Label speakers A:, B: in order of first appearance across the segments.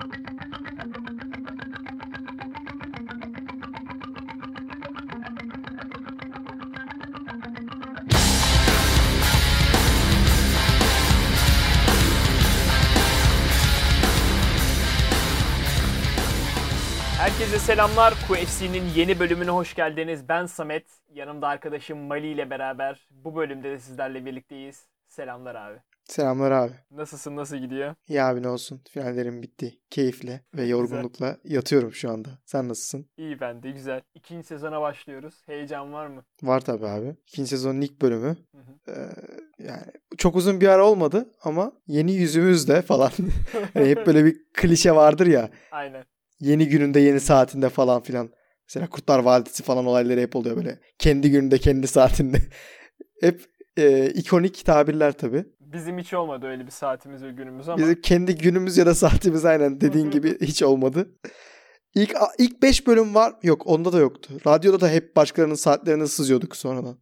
A: Herkese selamlar. QFC'nin yeni bölümüne hoş geldiniz. Ben Samet. Yanımda arkadaşım Mali ile beraber bu bölümde de sizlerle birlikteyiz. Selamlar abi.
B: Selamlar abi.
A: Nasılsın? Nasıl gidiyor?
B: İyi abi, ne olsun. Finallerim bitti. Keyifle ve yorgunlukla yatıyorum şu anda. Sen nasılsın?
A: İyi, ben de güzel. İkinci sezona başlıyoruz. Heyecan var mı?
B: Var tabii abi. İkinci sezonun ilk bölümü. Yani çok uzun bir ara olmadı ama yeni yüzümüzde falan. Hani hep böyle bir klişe vardır ya.
A: Aynen.
B: Yeni gününde, yeni saatinde falan filan. Mesela Kurtlar Vadisi falan olayları hep oluyor böyle. Kendi gününde, kendi saatinde. Hep ikonik tabirler tabii.
A: Bizim hiç olmadı öyle bir saatimiz ve günümüz ama.
B: Bizim kendi günümüz ya da saatimiz aynen dediğin gibi hiç olmadı. İlk 5 bölüm var. Yok, onda da yoktu. Radyoda da hep başkalarının saatlerini sızıyorduk sonradan.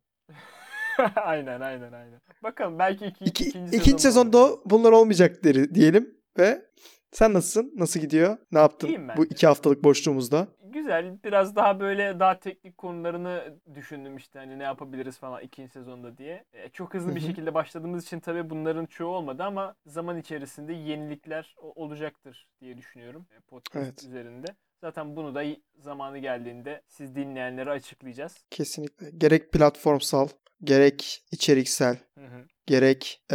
A: Aynen. Bakalım, belki
B: ikinci sezonda bunlar olmayacak diyelim ve sen nasılsın? Nasıl gidiyor? Ne yaptın
A: İyiyim ben
B: bu
A: de.
B: 2 haftalık boşluğumuzda?
A: Güzel. Biraz daha böyle daha teknik konularını düşündüm işte, hani ne yapabiliriz falan ikinci sezonda diye. Çok hızlı bir şekilde başladığımız için tabii bunların çoğu olmadı ama zaman içerisinde yenilikler olacaktır diye düşünüyorum podcast üzerinde. Zaten bunu da zamanı geldiğinde siz dinleyenlere açıklayacağız.
B: Kesinlikle. Gerek platformsal, gerek içeriksel, gerek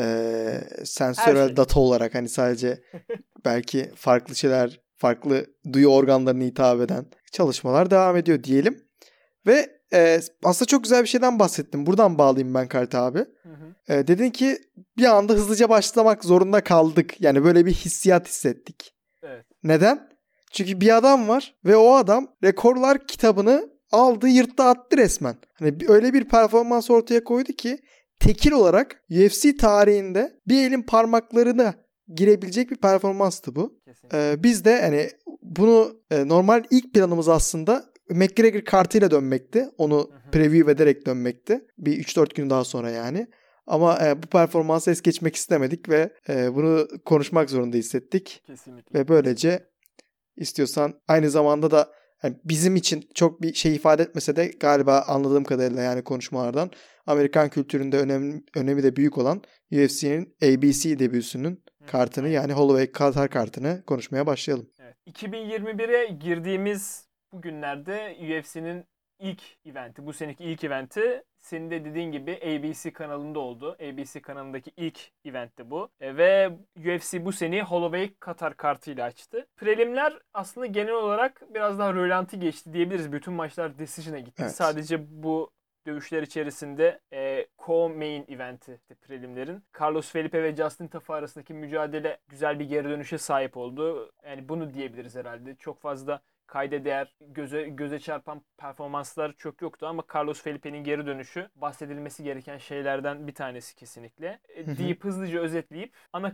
B: sensörel data olarak, hani sadece belki farklı şeyler, farklı duyu organlarına hitap eden çalışmalar devam ediyor diyelim. Ve aslında çok güzel bir şeyden bahsettim. Buradan bağlayayım ben Kart abi. Dedin ki bir anda hızlıca başlamak zorunda kaldık. Yani böyle bir hissiyat hissettik.
A: Evet.
B: Neden? Çünkü bir adam var ve o adam rekorlar kitabını aldı, yırttı, attı resmen. Hani öyle bir performans ortaya koydu ki tekil olarak UFC tarihinde bir elin parmaklarına girebilecek bir performanstı bu. Biz de hani bunu normal ilk planımız aslında McGregor kartıyla dönmekti. Onu preview ederek dönmekti. Bir 3-4 gün daha sonra yani. Ama bu performansı es geçmek istemedik ve bunu konuşmak zorunda hissettik.
A: Kesinlikle.
B: Ve böylece istiyorsan aynı zamanda da yani bizim için çok bir şey ifade etmese de galiba anladığım kadarıyla yani konuşmalardan Amerikan kültüründe önemi de büyük olan UFC'nin ABC debüsünün kartını yani Holloway Qatar kartını konuşmaya başlayalım.
A: Evet. 2021'e girdiğimiz bu günlerde UFC'nin ilk eventi, bu seneki ilk eventi senin de dediğin gibi ABC kanalında oldu. ABC kanalındaki ilk eventti bu. Ve UFC bu sene Holloway Qatar kartıyla açtı. Prelimler aslında genel olarak biraz daha rölanti geçti diyebiliriz. Bütün maçlar decision'a gitti.
B: Evet.
A: Sadece bu dövüşler içerisinde co-main eventi prelimlerin Carlos Felipe ve Justin Tafa arasındaki mücadele güzel bir geri dönüşe sahip oldu. Yani bunu diyebiliriz herhalde. Çok fazla kayda değer, göze çarpan performanslar çok yoktu ama Carlos Felipe'nin geri dönüşü bahsedilmesi gereken şeylerden bir tanesi kesinlikle. Deyip hızlıca özetleyip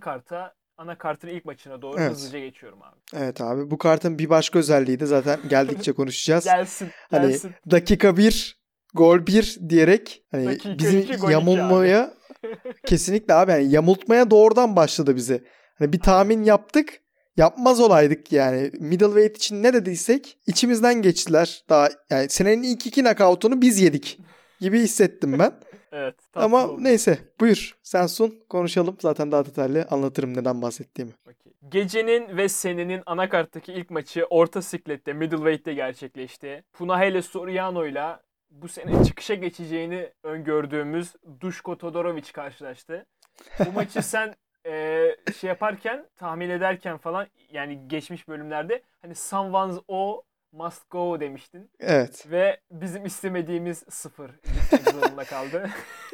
A: anakartın ilk maçına doğru hızlıca geçiyorum abi.
B: Evet abi, bu kartın bir başka özelliği de zaten geldikçe konuşacağız.
A: Gelsin.
B: Hani dakika 1 gol 1 diyerek hani
A: dakika
B: bizim
A: 2,
B: yamulmaya kesinlikle abi yani yamultmaya doğrudan başladı bizi. Hani bir tahmin yaptık. Yapmaz olaydık yani. Middleweight için ne dediysek içimizden geçtiler. Daha yani senenin ilk 2 knockout'unu biz yedik gibi hissettim ben.
A: Evet.
B: Ama
A: oldu.
B: neyse, buyur sen sun, konuşalım. Zaten daha detaylı anlatırım neden bahsettiğimi.
A: Okay. Gecenin ve senenin anakarttaki ilk maçı orta siklette, middleweight'te gerçekleşti. Punahele Soriano'yla bu sene çıkışa geçeceğini öngördüğümüz Duško Todorović karşılaştı. Bu maçı sen tahmin ederken falan, yani geçmiş bölümlerde hani someone's o must go demiştin.
B: Evet.
A: Ve bizim istemediğimiz 0 gitmek zorunda kaldı.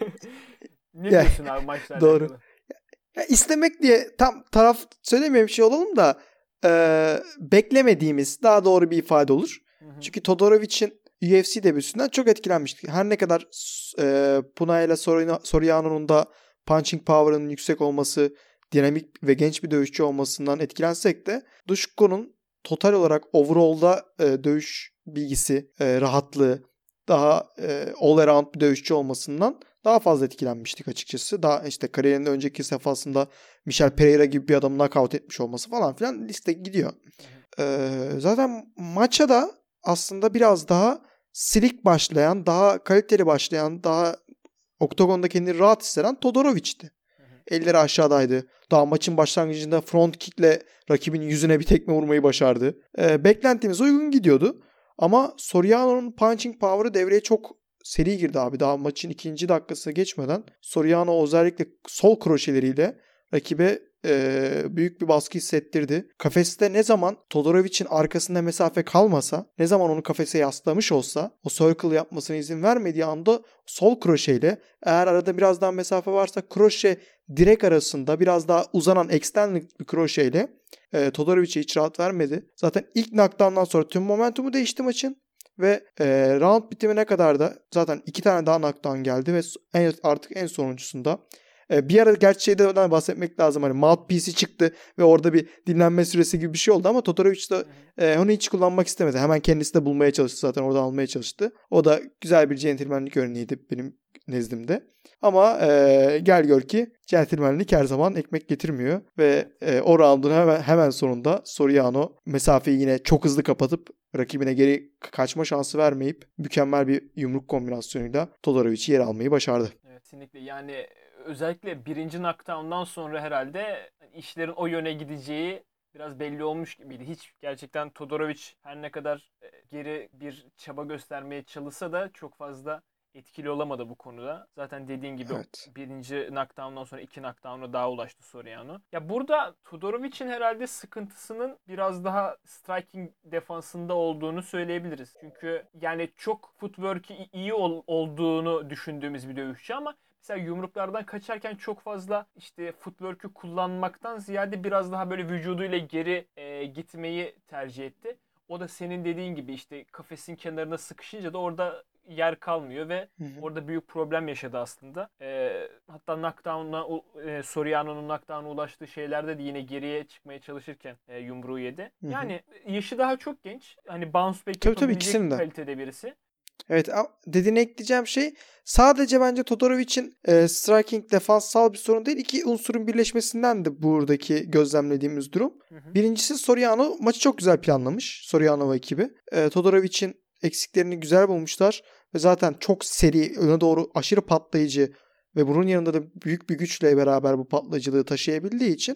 A: Ne diyorsun abi maçla
B: doğru.
A: alakalı?
B: Ya istemek diye tam taraf söylemeyeyim bir şey olalım da beklemediğimiz daha doğru bir ifade olur. Çünkü Todorovic'in UFC debüsünden çok etkilenmiştik. Her ne kadar Punahele Soriano'nun da punching power'ının yüksek olması, dinamik ve genç bir dövüşçü olmasından etkilensek de Duško'nun total olarak overall'da dövüş bilgisi, rahatlığı, daha all around bir dövüşçü olmasından daha fazla etkilenmiştik açıkçası. Daha işte kariyerinin önceki safhasında Michel Pereira gibi bir adamı knockout etmiş olması falan filan liste gidiyor. Zaten maça da aslında biraz daha silik başlayan, daha kaliteli başlayan, daha oktagonda kendini rahat hisseden Todorovic'ti. Elleri aşağıdaydı. Daha maçın başlangıcında front kickle rakibin yüzüne bir tekme vurmayı başardı. Beklentimize uygun gidiyordu. Ama Soriano'nun punching power'ı devreye çok seri girdi abi. Daha maçın 2. dakikası geçmeden Soriano özellikle sol kroşeleriyle rakibe büyük bir baskı hissettirdi. Kafeste ne zaman Todorovic'in arkasında mesafe kalmasa, ne zaman onu kafese yaslamış olsa, o circle yapmasına izin vermediği anda sol kroşeyle, eğer arada biraz daha mesafe varsa kroşe direk arasında biraz daha uzanan extended bir kroşeyle Todorovic'e hiç rahat vermedi. Zaten ilk knockdown'dan sonra tüm momentumu değişti maçın. Ve round bitimine kadar da zaten 2 tane daha knockdown geldi ve artık en sonuncusunda bir ara gerçi şeyden bahsetmek lazım. Hani mouthpiece'i çıktı ve orada bir dinlenme süresi gibi bir şey oldu ama Todorovic de onu hiç kullanmak istemedi. Hemen kendisi de bulmaya çalıştı zaten. Orada almaya çalıştı. O da güzel bir centilmenlik örneğiydi benim nezdimde. Ama gel gör ki centilmenlik her zaman ekmek getirmiyor ve o round'un hemen sonunda Soriano mesafeyi yine çok hızlı kapatıp rakibine geri kaçma şansı vermeyip mükemmel bir yumruk kombinasyonuyla Todorovic'i yer almayı başardı.
A: Evet, kesinlikle. Yani özellikle birinci knockdown'dan sonra herhalde işlerin o yöne gideceği biraz belli olmuş gibiydi. Hiç gerçekten Todorovic her ne kadar geri bir çaba göstermeye çalışsa da çok fazla etkili olamadı bu konuda. Zaten dediğin gibi
B: Evet.
A: birinci knockdown'dan sonra 2 knockdown'a daha ulaştı Soriano. Ya burada Todorovic'in herhalde sıkıntısının biraz daha striking defansında olduğunu söyleyebiliriz. Çünkü yani çok footwork'i iyi olduğunu düşündüğümüz bir dövüşçü ama mesela yumruklardan kaçarken çok fazla işte footwork'ü kullanmaktan ziyade biraz daha böyle vücuduyla geri gitmeyi tercih etti. O da senin dediğin gibi işte kafesin kenarına sıkışınca da orada yer kalmıyor ve orada büyük problem yaşadı aslında. Hatta knockdown'a Soriano'nun knockdown'a ulaştığı şeylerde de yine geriye çıkmaya çalışırken yumruğu yedi. Yani yaşı daha çok genç. Hani bounce back
B: Tabii
A: yapabilecek
B: ikisinin de.
A: kalitede birisi.
B: Evet, dediğine ekleyeceğim şey sadece bence Todorovic'in striking defanssal bir sorun değil. İki unsurun birleşmesinden de buradaki gözlemlediğimiz durum. Birincisi Soriano maçı çok güzel planlamış. Soriano ve ekibi. Todorovic'in eksiklerini güzel bulmuşlar. Ve zaten çok seri, öne doğru aşırı patlayıcı ve bunun yanında da büyük bir güçle beraber bu patlayıcılığı taşıyabildiği için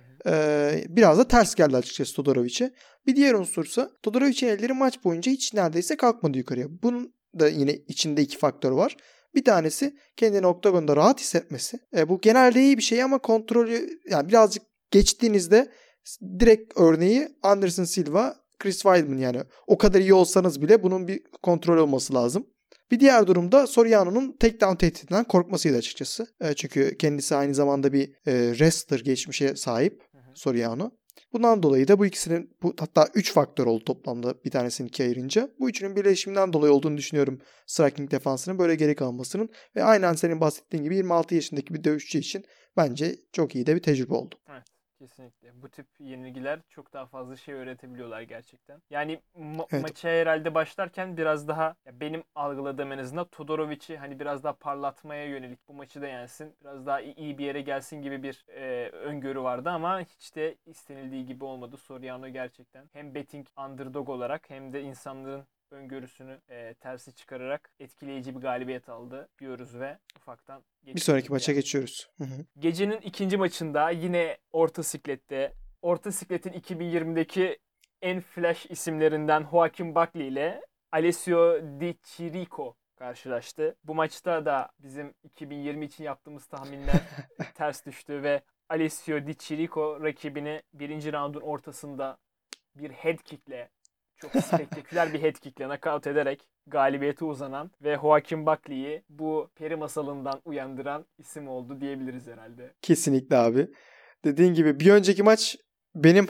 B: biraz da ters geldi açıkçası Todorovic'e. Bir diğer unsursa Todorovic'in elleri maç boyunca hiç neredeyse kalkmadı yukarıya. Bunun da yine içinde 2 faktör var. Bir tanesi kendini oktagonda rahat hissetmesi. Bu genelde iyi bir şey ama kontrolü yani birazcık geçtiğinizde direkt örneği Anderson Silva, Chris Weidman, yani o kadar iyi olsanız bile bunun bir kontrol olması lazım. Bir diğer durumda Soriano'nun takedown tehdidinden korkmasıydı açıkçası. Çünkü kendisi aynı zamanda bir wrestler geçmişe sahip Soriano. Bundan dolayı da bu ikisinin hatta 3 faktör oldu toplamda bir tanesini ikiye ayırınca. Bu üçünün birleşiminden dolayı olduğunu düşünüyorum striking defansının böyle geri kalmasının ve aynen senin bahsettiğin gibi 26 yaşındaki bir dövüşçü için bence çok iyi de bir tecrübe oldu.
A: Evet. Kesinlikle. Bu tip yenilgiler çok daha fazla şey öğretebiliyorlar gerçekten. Yani
B: Evet.
A: maça herhalde başlarken biraz daha benim algıladığım en azından Todorovic'i hani biraz daha parlatmaya yönelik bu maçı da yensin. Biraz daha iyi bir yere gelsin gibi bir öngörü vardı ama hiç de istenildiği gibi olmadı. Soriano gerçekten hem betting underdog olarak hem de insanların öngörüsünü tersi çıkararak etkileyici bir galibiyet aldı diyoruz ve ufaktan
B: bir sonraki maça geçiyoruz.
A: Gecenin ikinci maçında yine orta siklette, orta sikletin 2020'deki en flash isimlerinden Joaquin Buckley ile Alessio Di Chirico karşılaştı. Bu maçta da bizim 2020 için yaptığımız tahminler ters düştü ve Alessio Di Chirico rakibini birinci roundun ortasında bir head kickle, çok spektaküler bir head kickle knockout ederek galibiyete uzanan ve Joaquin Buckley'i bu peri masalından uyandıran isim oldu diyebiliriz herhalde.
B: Kesinlikle abi. Dediğin gibi bir önceki maç benim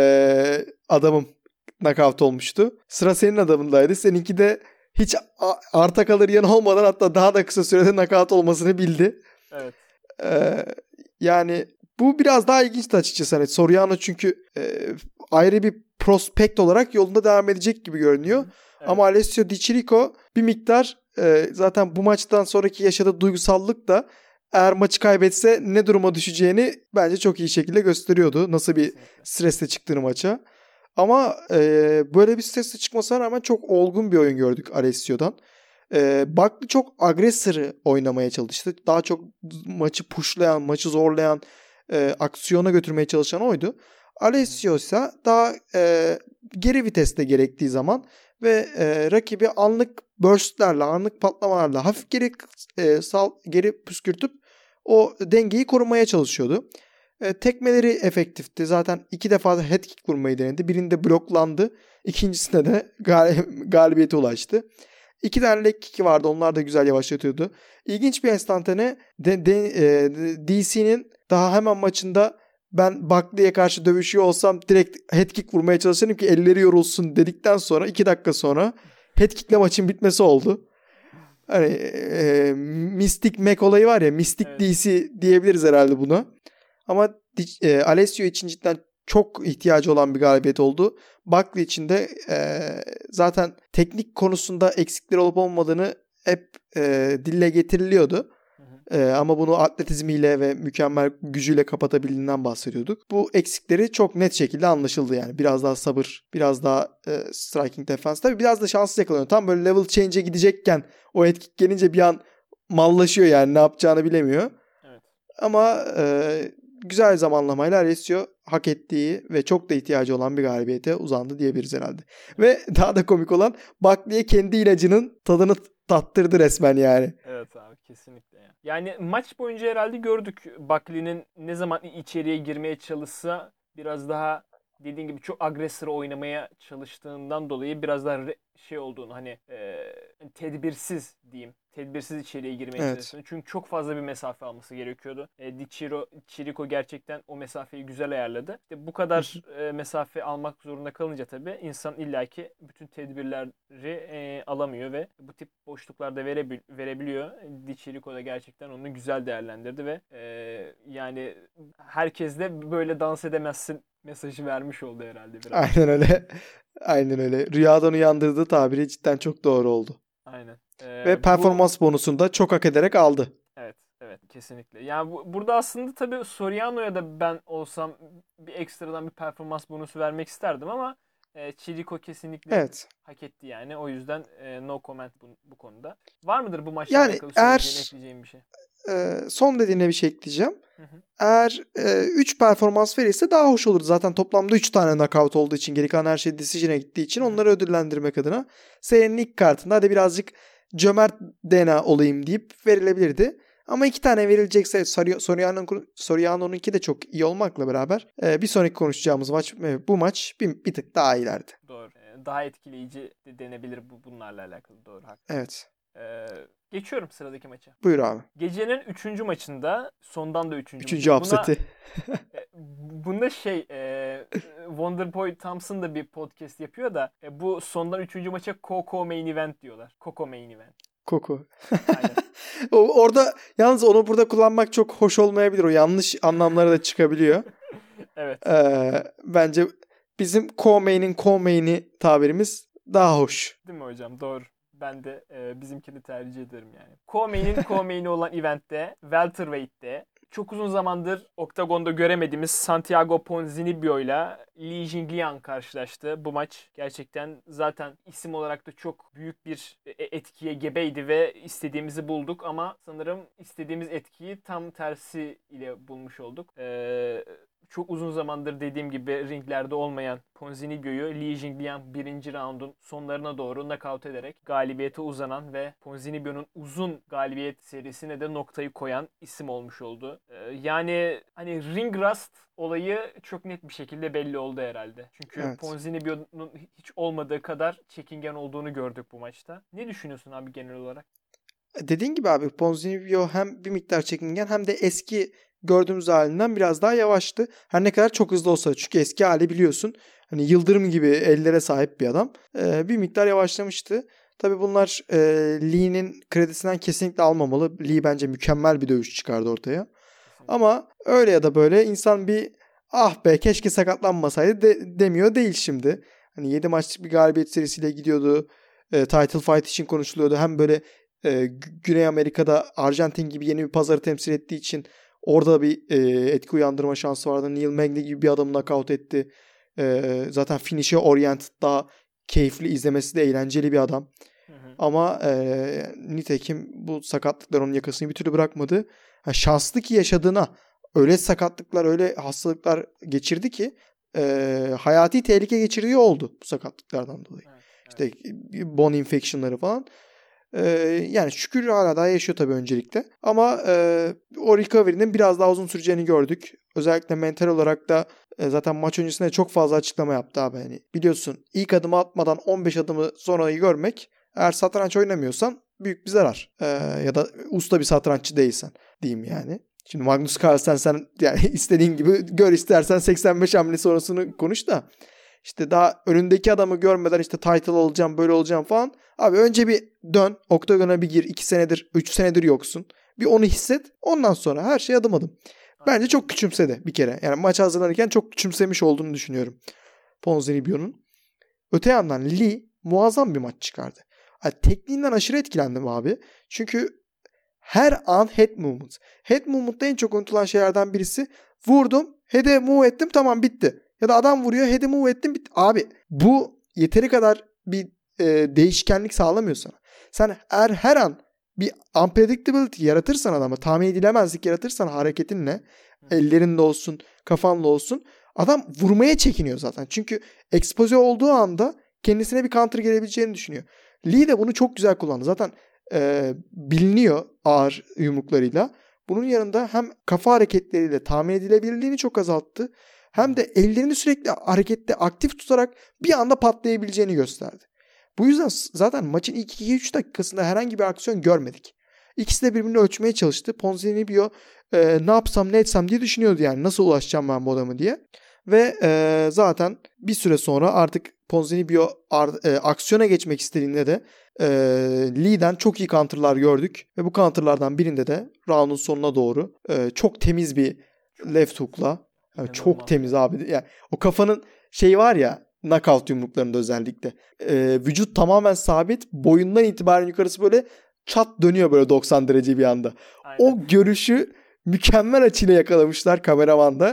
B: adamım knockout olmuştu. Sıra senin adamındaydı. Seninki de hiç arta kalır yanı olmadan hatta daha da kısa sürede knockout olmasını bildi.
A: Evet.
B: Yani bu biraz daha ilginçti açıkçası. Hani Soriano çünkü ayrı bir prospekt olarak yolunda devam edecek gibi görünüyor.
A: Evet.
B: Ama Alessio Di Chirico bir miktar zaten bu maçtan sonraki yaşadığı duygusallık da eğer maçı kaybetse ne duruma düşeceğini bence çok iyi şekilde gösteriyordu. Nasıl bir
A: Kesinlikle.
B: stresle çıktığını maça. Ama böyle bir stresle çıkmasına rağmen çok olgun bir oyun gördük Alessio'dan. Buckley çok agresörü oynamaya çalıştı. Daha çok maçı pushlayan, maçı zorlayan, aksiyona götürmeye çalışan oydu. Alessio ise daha geri viteste gerektiği zaman ve rakibi anlık burstlerle, anlık patlamalarla hafif geri püskürtüp o dengeyi korumaya çalışıyordu. Tekmeleri efektifti. Zaten 2 defa da head kick vurmayı denedi. Birinde bloklandı. İkincisinde de galibiyete ulaştı. 2 tane leg kick'i vardı. Onlar da güzel yavaşlatıyordu. İlginç bir enstantane DC'nin daha hemen maçında ben Buckley'e karşı dövüşüyor olsam direkt head kick vurmaya çalışırım ki elleri yorulsun dedikten sonra 2 dakika sonra head kick'le maçın bitmesi oldu. Hani Mystic Mac olayı var ya, Mystic
A: Evet.
B: DC diyebiliriz herhalde buna. Ama Alessio için cidden çok ihtiyacı olan bir galibiyet oldu. Buckley için de zaten teknik konusunda eksikleri olup olmadığını hep dille getiriliyordu. Ama bunu atletizmiyle ve mükemmel gücüyle kapatabildiğinden bahsediyorduk. Bu eksikleri çok net şekilde anlaşıldı yani. Biraz daha sabır, biraz daha striking defense. Tabii biraz da şanssız yakalanıyor. Tam böyle level change'e gidecekken o etki gelince bir an mallaşıyor yani, ne yapacağını bilemiyor.
A: Evet.
B: Ama güzel zamanlamayla Alessio hak ettiği ve çok da ihtiyacı olan bir galibiyete uzandı diyebiliriz herhalde. Ve daha da komik olan, Buckley'e kendi ilacının tadını tattırdı resmen yani.
A: Evet abi, kesinlikle ya. Yani maç boyunca herhalde gördük Buckley'nin ne zaman içeriye girmeye çalışsa biraz daha dediğin gibi çok agresör oynamaya çalıştığından dolayı biraz daha şey olduğunu, hani tedbirsiz diyeyim. Tedbirsiz içeriye girmeye
B: Evet.
A: çalıştığını. Çünkü çok fazla bir mesafe alması gerekiyordu. Chirico gerçekten o mesafeyi güzel ayarladı. İşte bu kadar mesafe almak zorunda kalınca tabii insan illaki bütün tedbirleri alamıyor ve bu tip boşluklarda verebiliyor. Di Chirico da gerçekten onu güzel değerlendirdi ve yani herkes de böyle dans edemezsin mesajı vermiş oldu herhalde biraz.
B: Aynen öyle. Aynen öyle. Rüyadan uyandırdığı tabiri cidden çok doğru oldu.
A: Aynen.
B: Ve performans bonusunu da çok hak ederek aldı.
A: Evet, evet, kesinlikle. Yani burada aslında tabii Soriano'ya da ben olsam bir ekstradan bir performans bonusu vermek isterdim ama Chirico kesinlikle
B: Evet.
A: hak etti yani. O yüzden no comment bu konuda. Var mıdır bu maçla
B: Yani
A: alakalı
B: eğer
A: söyleyeceğin, ekleyeceğin bir şey?
B: son dediğine bir şey ekleyeceğim.
A: Hı hı.
B: Eğer 3 performans verirse daha hoş olur. Zaten toplamda 3 tane knockout olduğu için, geri kalan her şey decision'a gittiği için onları ödüllendirmek adına serinin ilk kartında hadi birazcık cömert DNA olayım deyip verilebilirdi. Ama 2 tane verilecekse Soriano'nunki de çok iyi olmakla beraber bir sonraki konuşacağımız maç, bu maç bir tık daha iyilerdi.
A: Doğru. Daha etkileyici de denebilir bunlarla alakalı. Doğru, haklı.
B: Evet.
A: Geçiyorum sıradaki maça.
B: Buyur abi.
A: Gecenin 3. maçında, sondan da 3.
B: Üçüncü upset'i.
A: Bunda Wonderboy Thompson da bir podcast yapıyor da bu sondan 3. maça Coco Main Event diyorlar. Coco Main Event.
B: Koku.
A: Aynen.
B: Orada yalnız onu burada kullanmak çok hoş olmayabilir. O yanlış anlamlara da çıkabiliyor.
A: Evet.
B: Bence bizim co-main'i tabirimiz daha hoş.
A: Değil mi hocam? Doğru. Ben de bizimkini tercih ederim yani. Co-main'i olan eventte, welterweight'te çok uzun zamandır oktagonda göremediğimiz Santiago Ponzinibbio ile Li Jingliang karşılaştı. Bu maç gerçekten zaten isim olarak da çok büyük bir etkiye gebeydi ve istediğimizi bulduk ama sanırım istediğimiz etkiyi tam tersi ile bulmuş olduk. Çok uzun zamandır dediğim gibi ringlerde olmayan Ponzinibbio'yu Li Jingliang 1. raundun sonlarına doğru knockout ederek galibiyete uzanan ve Ponzinibbio'nun uzun galibiyet serisine de noktayı koyan isim olmuş oldu. Yani hani ring rust olayı çok net bir şekilde belli oldu herhalde. Çünkü
B: Evet.
A: Ponzinibbio'nun hiç olmadığı kadar çekingen olduğunu gördük bu maçta. Ne düşünüyorsun abi genel olarak?
B: Dediğin gibi abi, Ponzinibbio hem bir miktar çekingen hem de eski gördüğümüz halinden biraz daha yavaştı. Her ne kadar çok hızlı olsa, çünkü eski hali biliyorsun, hani yıldırım gibi ellere sahip bir adam. Bir miktar yavaşlamıştı. Tabii bunlar Lee'nin kredisinden kesinlikle almamalı. Lee bence mükemmel bir dövüş çıkardı ortaya. Ama öyle ya da böyle insan bir ah be keşke sakatlanmasaydı demiyor değil şimdi. Hani 7 maçlık bir galibiyet serisiyle gidiyordu. Title fight için konuşuluyordu. Hem böyle Güney Amerika'da Arjantin gibi yeni bir pazarı temsil ettiği için orada bir etki uyandırma şansı vardı. Neil Magny gibi bir adamı knockout etti. Zaten finish'e oriented, daha keyifli, izlemesi de eğlenceli bir adam. Ama nitekim bu sakatlıklar onun yakasını bir türlü bırakmadı. Şanslı ki yaşadığına, öyle sakatlıklar, öyle hastalıklar geçirdi ki hayati tehlike geçirdiği oldu bu sakatlıklardan dolayı. Evet. İşte bone infection'ları falan. Yani şükür hala daha yaşıyor tabii öncelikle. Ama o recovery'nin biraz daha uzun süreceğini gördük. Özellikle mental olarak da zaten maç öncesinde çok fazla açıklama yaptı abi. Yani biliyorsun, ilk adımı atmadan 15 adımı sonrayı görmek, eğer satranç oynamıyorsan büyük bir zarar. Ya da usta bir satranççı değilsen diyeyim yani. Şimdi Magnus Carlsen, sen yani istediğin gibi gör, istersen 85 hamle sonrasını konuş da işte daha önündeki adamı görmeden işte title olacağım, böyle olacağım falan. Abi önce bir dön, oktagona bir gir. 2 senedir 3 senedir yoksun. Bir onu hisset, ondan sonra her şey adım adım. Bence çok küçümsedi bir kere. Yani maça hazırlanırken çok küçümsemiş olduğunu düşünüyorum Ponzinibbio'nun. Öte yandan Lee muazzam bir maç çıkardı. Yani tekniğinden aşırı etkilendim abi. Çünkü her an head movement. Head movement'ta en çok unutulan şeylerden birisi, vurdum, head'e move ettim, tamam bitti. Ya da adam vuruyor, head'e move ettim, bitti. Abi bu yeteri kadar bir değişkenlik sağlamıyor sana. Sen eğer her an bir unpredictability yaratırsan, adama tahmin edilemezlik yaratırsan hareketinle, ellerinde olsun, kafanla olsun, adam vurmaya çekiniyor zaten. Çünkü ekspoze olduğu anda kendisine bir counter gelebileceğini düşünüyor. Lee de bunu çok güzel kullandı. Zaten biliniyor ağır yumruklarıyla. Bunun yanında hem kafa hareketleriyle tahmin edilebilirliğini çok azalttı. Hem de ellerini sürekli harekette aktif tutarak bir anda patlayabileceğini gösterdi. Bu yüzden zaten maçın ilk 2-3 dakikasında herhangi bir aksiyon görmedik. İkisi de birbirini ölçmeye çalıştı. Ponzinibbio ne yapsam ne etsem diye düşünüyordu yani. Nasıl ulaşacağım ben bu adamı diye. Ve zaten bir süre sonra artık Ponzinibbio aksiyona geçmek istediğinde de Lee'den çok iyi counter'lar gördük. Ve bu counter'lardan birinde de round'un sonuna doğru çok temiz bir left hook'la, yani çok temiz abi. Yani o kafanın şey var ya, knockout yumruklarında özellikle. Vücut tamamen sabit. Boyundan itibaren yukarısı böyle çat dönüyor böyle 90 derece bir anda. Aynen. O görüşü mükemmel açıyla yakalamışlar kameramanda.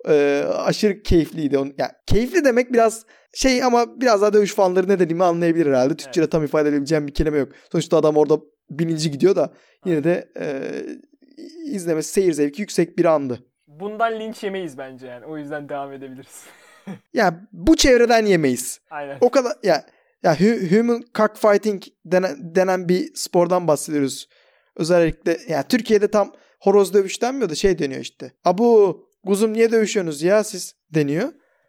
B: Aşırı keyifliydi. Yani keyifli demek biraz şey, ama biraz daha dövüş fanları ne dediğimi anlayabilir herhalde. Türkçe'de tam ifade edebileceğim bir kelime yok. Sonuçta adam orada bininci gidiyor da yine de izlemesi, seyir zevki yüksek bir andı.
A: Bundan linç yemeyiz bence yani. O yüzden devam edebiliriz.
B: Ya bu çevreden yemeyiz.
A: Aynen.
B: O kadar ya human cockfighting denen bir spordan bahsediyoruz. Özellikle ya Türkiye'de tam horoz dövüş denmiyor da şey deniyor işte. Abu kuzum niye dövüşüyorsunuz ya siz deniyor.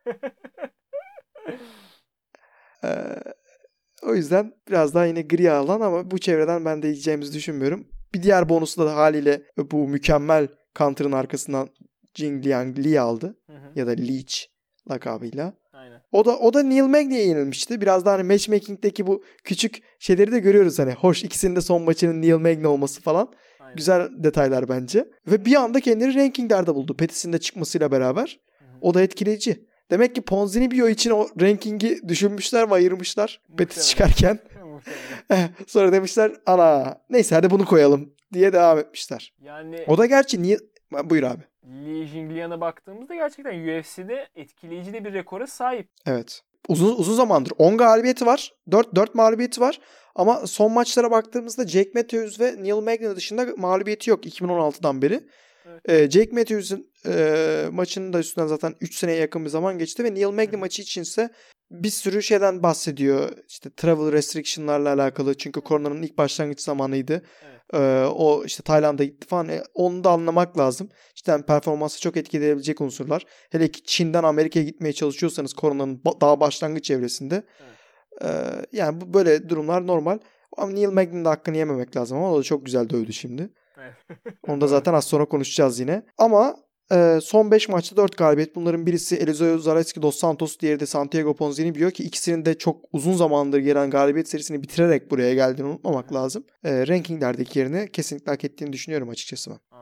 B: O yüzden biraz daha yine gri alan, ama bu çevreden ben de yiyeceğimizi düşünmüyorum. Bir diğer bonusu da haliyle bu mükemmel counter'ın arkasından Jingliang Lee aldı. Ya da Leech lakabıyla. Aynen. O da Neil Magny'ye yenilmişti. Biraz daha hani matchmaking'deki bu küçük şeyleri de görüyoruz hani. Hoş, ikisinin de son maçının Neil Magny olması falan. Aynen. Güzel detaylar bence. Ve bir anda kendini rankinglerde buldu. Pettis'in de çıkmasıyla beraber. O da etkileyici. Demek ki Ponzinibbio için o rankingi düşünmüşler ve ayırmışlar Pettis çıkarken. Sonra demişler ana neyse hadi bunu koyalım diye devam etmişler. Yani o da gerçi niye... Buyur abi.
A: Li Jingliang'a baktığımızda gerçekten UFC'de etkileyici de bir rekora sahip.
B: Evet. Uzun zamandır 10 galibiyeti var. 4 mağlubiyeti var. Ama son maçlara baktığımızda Jake Matthews ve Neil Magny dışında mağlubiyeti yok 2016'dan beri. Evet. Jake Matthews'un maçının da üstünden zaten 3 seneye yakın bir zaman geçti ve Neil Magny maçı içinse bir sürü şeyden bahsediyor. İşte travel restriction'larla alakalı, çünkü koronanın ilk başlangıç zamanıydı. Evet. O işte Tayland'a gitti falan. Onu da anlamak lazım. İşte performansı çok etkileyebilecek unsurlar. Hele ki Çin'den Amerika'ya gitmeye çalışıyorsanız koronanın daha başlangıç evresinde. Evet. Yani bu böyle durumlar normal. Ama Neil Magny'nin de hakkını yememek lazım, ama o da çok güzel dövdü şimdi. Evet. Onu da zaten az sonra konuşacağız yine. Ama son 5 maçta 4 galibiyet. Bunların birisi Eliseo Zaleski dos Santos, diğeri de Santiago Ponzinibbio, ki ikisinin de çok uzun zamandır gelen galibiyet serisini bitirerek buraya geldiğini unutmamak lazım. Rankinglerdeki yerini kesinlikle hak ettiğini düşünüyorum açıkçası ben.
A: Anladım. Evet.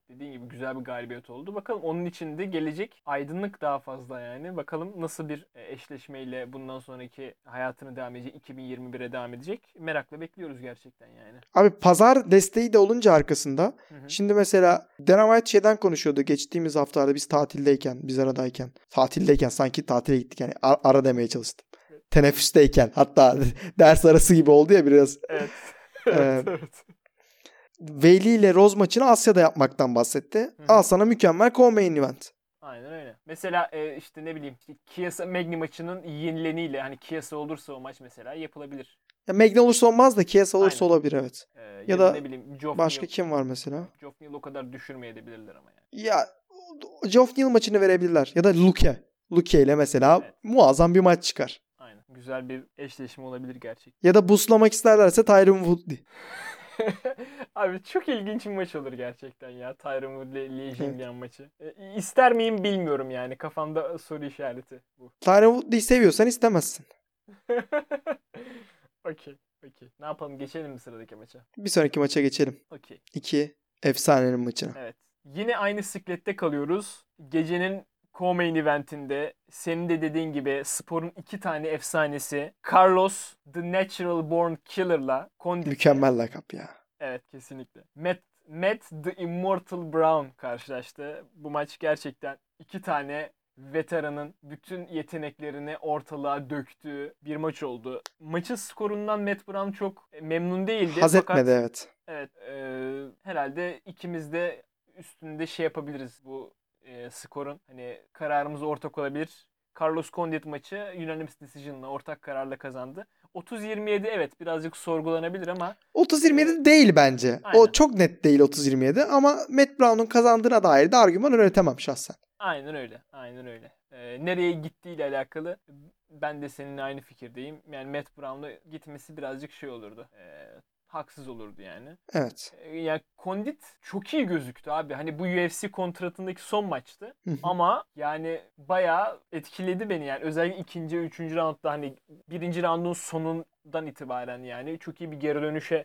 A: dediğin gibi güzel bir galibiyet oldu. Bakalım onun için de gelecek aydınlık daha fazla yani. Bakalım nasıl bir eşleşmeyle bundan sonraki hayatını devam edecek, 2021'e devam edecek. Merakla bekliyoruz gerçekten yani.
B: Abi pazar desteği de olunca arkasında.
A: Hı.
B: Şimdi mesela Dana White şeyden konuşuyordu geçtiğimiz haftalarda biz tatildeyken, biz aradayken. Tatildeyken sanki tatile gittik yani ara demeye çalıştım. Teneffüsteyken hatta ders arası gibi oldu ya biraz.
A: Evet.
B: Evet. Veyli ile Rose maçını Asya'da yapmaktan bahsetti.
A: Hı.
B: Al sana mükemmel co-main event.
A: Aynen öyle. Mesela işte ne bileyim Kiesa Magni maçının yenileniyle hani Kiesa olursa o maç mesela yapılabilir.
B: Ya Magni olursa olmaz da Kiesa olursa
A: Aynen.
B: olabilir evet.
A: Ya
B: da
A: ne bileyim Geoff
B: başka
A: Neal.
B: kim var mesela?
A: Geoff Neal o kadar düşürmeyebilirler ama yani.
B: Ya Geoff Neal maçını verebilirler. Ya da Luke. Luke ile mesela muazzam bir maç çıkar.
A: Aynen. Güzel bir eşleşme olabilir gerçekten.
B: Ya da boostlamak isterlerse Tyron Woodley.
A: Abi çok ilginç bir maç olur gerçekten ya. Tyron Woodley Li Jingliang maçı. İster miyim bilmiyorum yani. Kafamda soru işareti bu.
B: Tyron Woodley'i seviyorsan istemezsin.
A: Okey. Ne yapalım? Geçelim mi sıradaki maça?
B: Bir sonraki maça geçelim.
A: Okey.
B: 2 efsanenin maçına.
A: Evet. Yine aynı siklette kalıyoruz. Gecenin co-main eventinde senin de dediğin gibi sporun 2 tane efsanesi Carlos The Natural Born Killer'la Condit.
B: Mükemmel lakap ya.
A: Evet kesinlikle. Matt The Immortal Brown karşılaştı. Bu maç gerçekten 2 tane veteranın bütün yeteneklerini ortalığa döktüğü bir maç oldu. Maçın skorundan Matt Brown çok memnun değildi.
B: Haz
A: fakat
B: etmedi evet.
A: Evet. Herhalde ikimiz de üstünde şey yapabiliriz bu skorun. Hani kararımız ortak olabilir. Carlos Condit maçı unanimous decision'la ortak kararla kazandı. 30-27 evet birazcık sorgulanabilir ama
B: 30-27 değil bence.
A: Aynen.
B: O çok net değil 30-27 ama Matt Brown'un kazandığına dair de argüman üretemem şahsen.
A: Aynen öyle. Nereye gittiğiyle alakalı ben de seninle aynı fikirdeyim. Yani Matt Brown'la gitmesi birazcık şey olurdu. Haksız olurdu yani.
B: Evet.
A: Yani Condit çok iyi gözüktü abi. Hani bu UFC kontratındaki son maçtı. Ama yani bayağı etkiledi beni yani. Özellikle ikinci, üçüncü roundda hani birinci roundun sonundan itibaren yani çok iyi bir geri dönüşe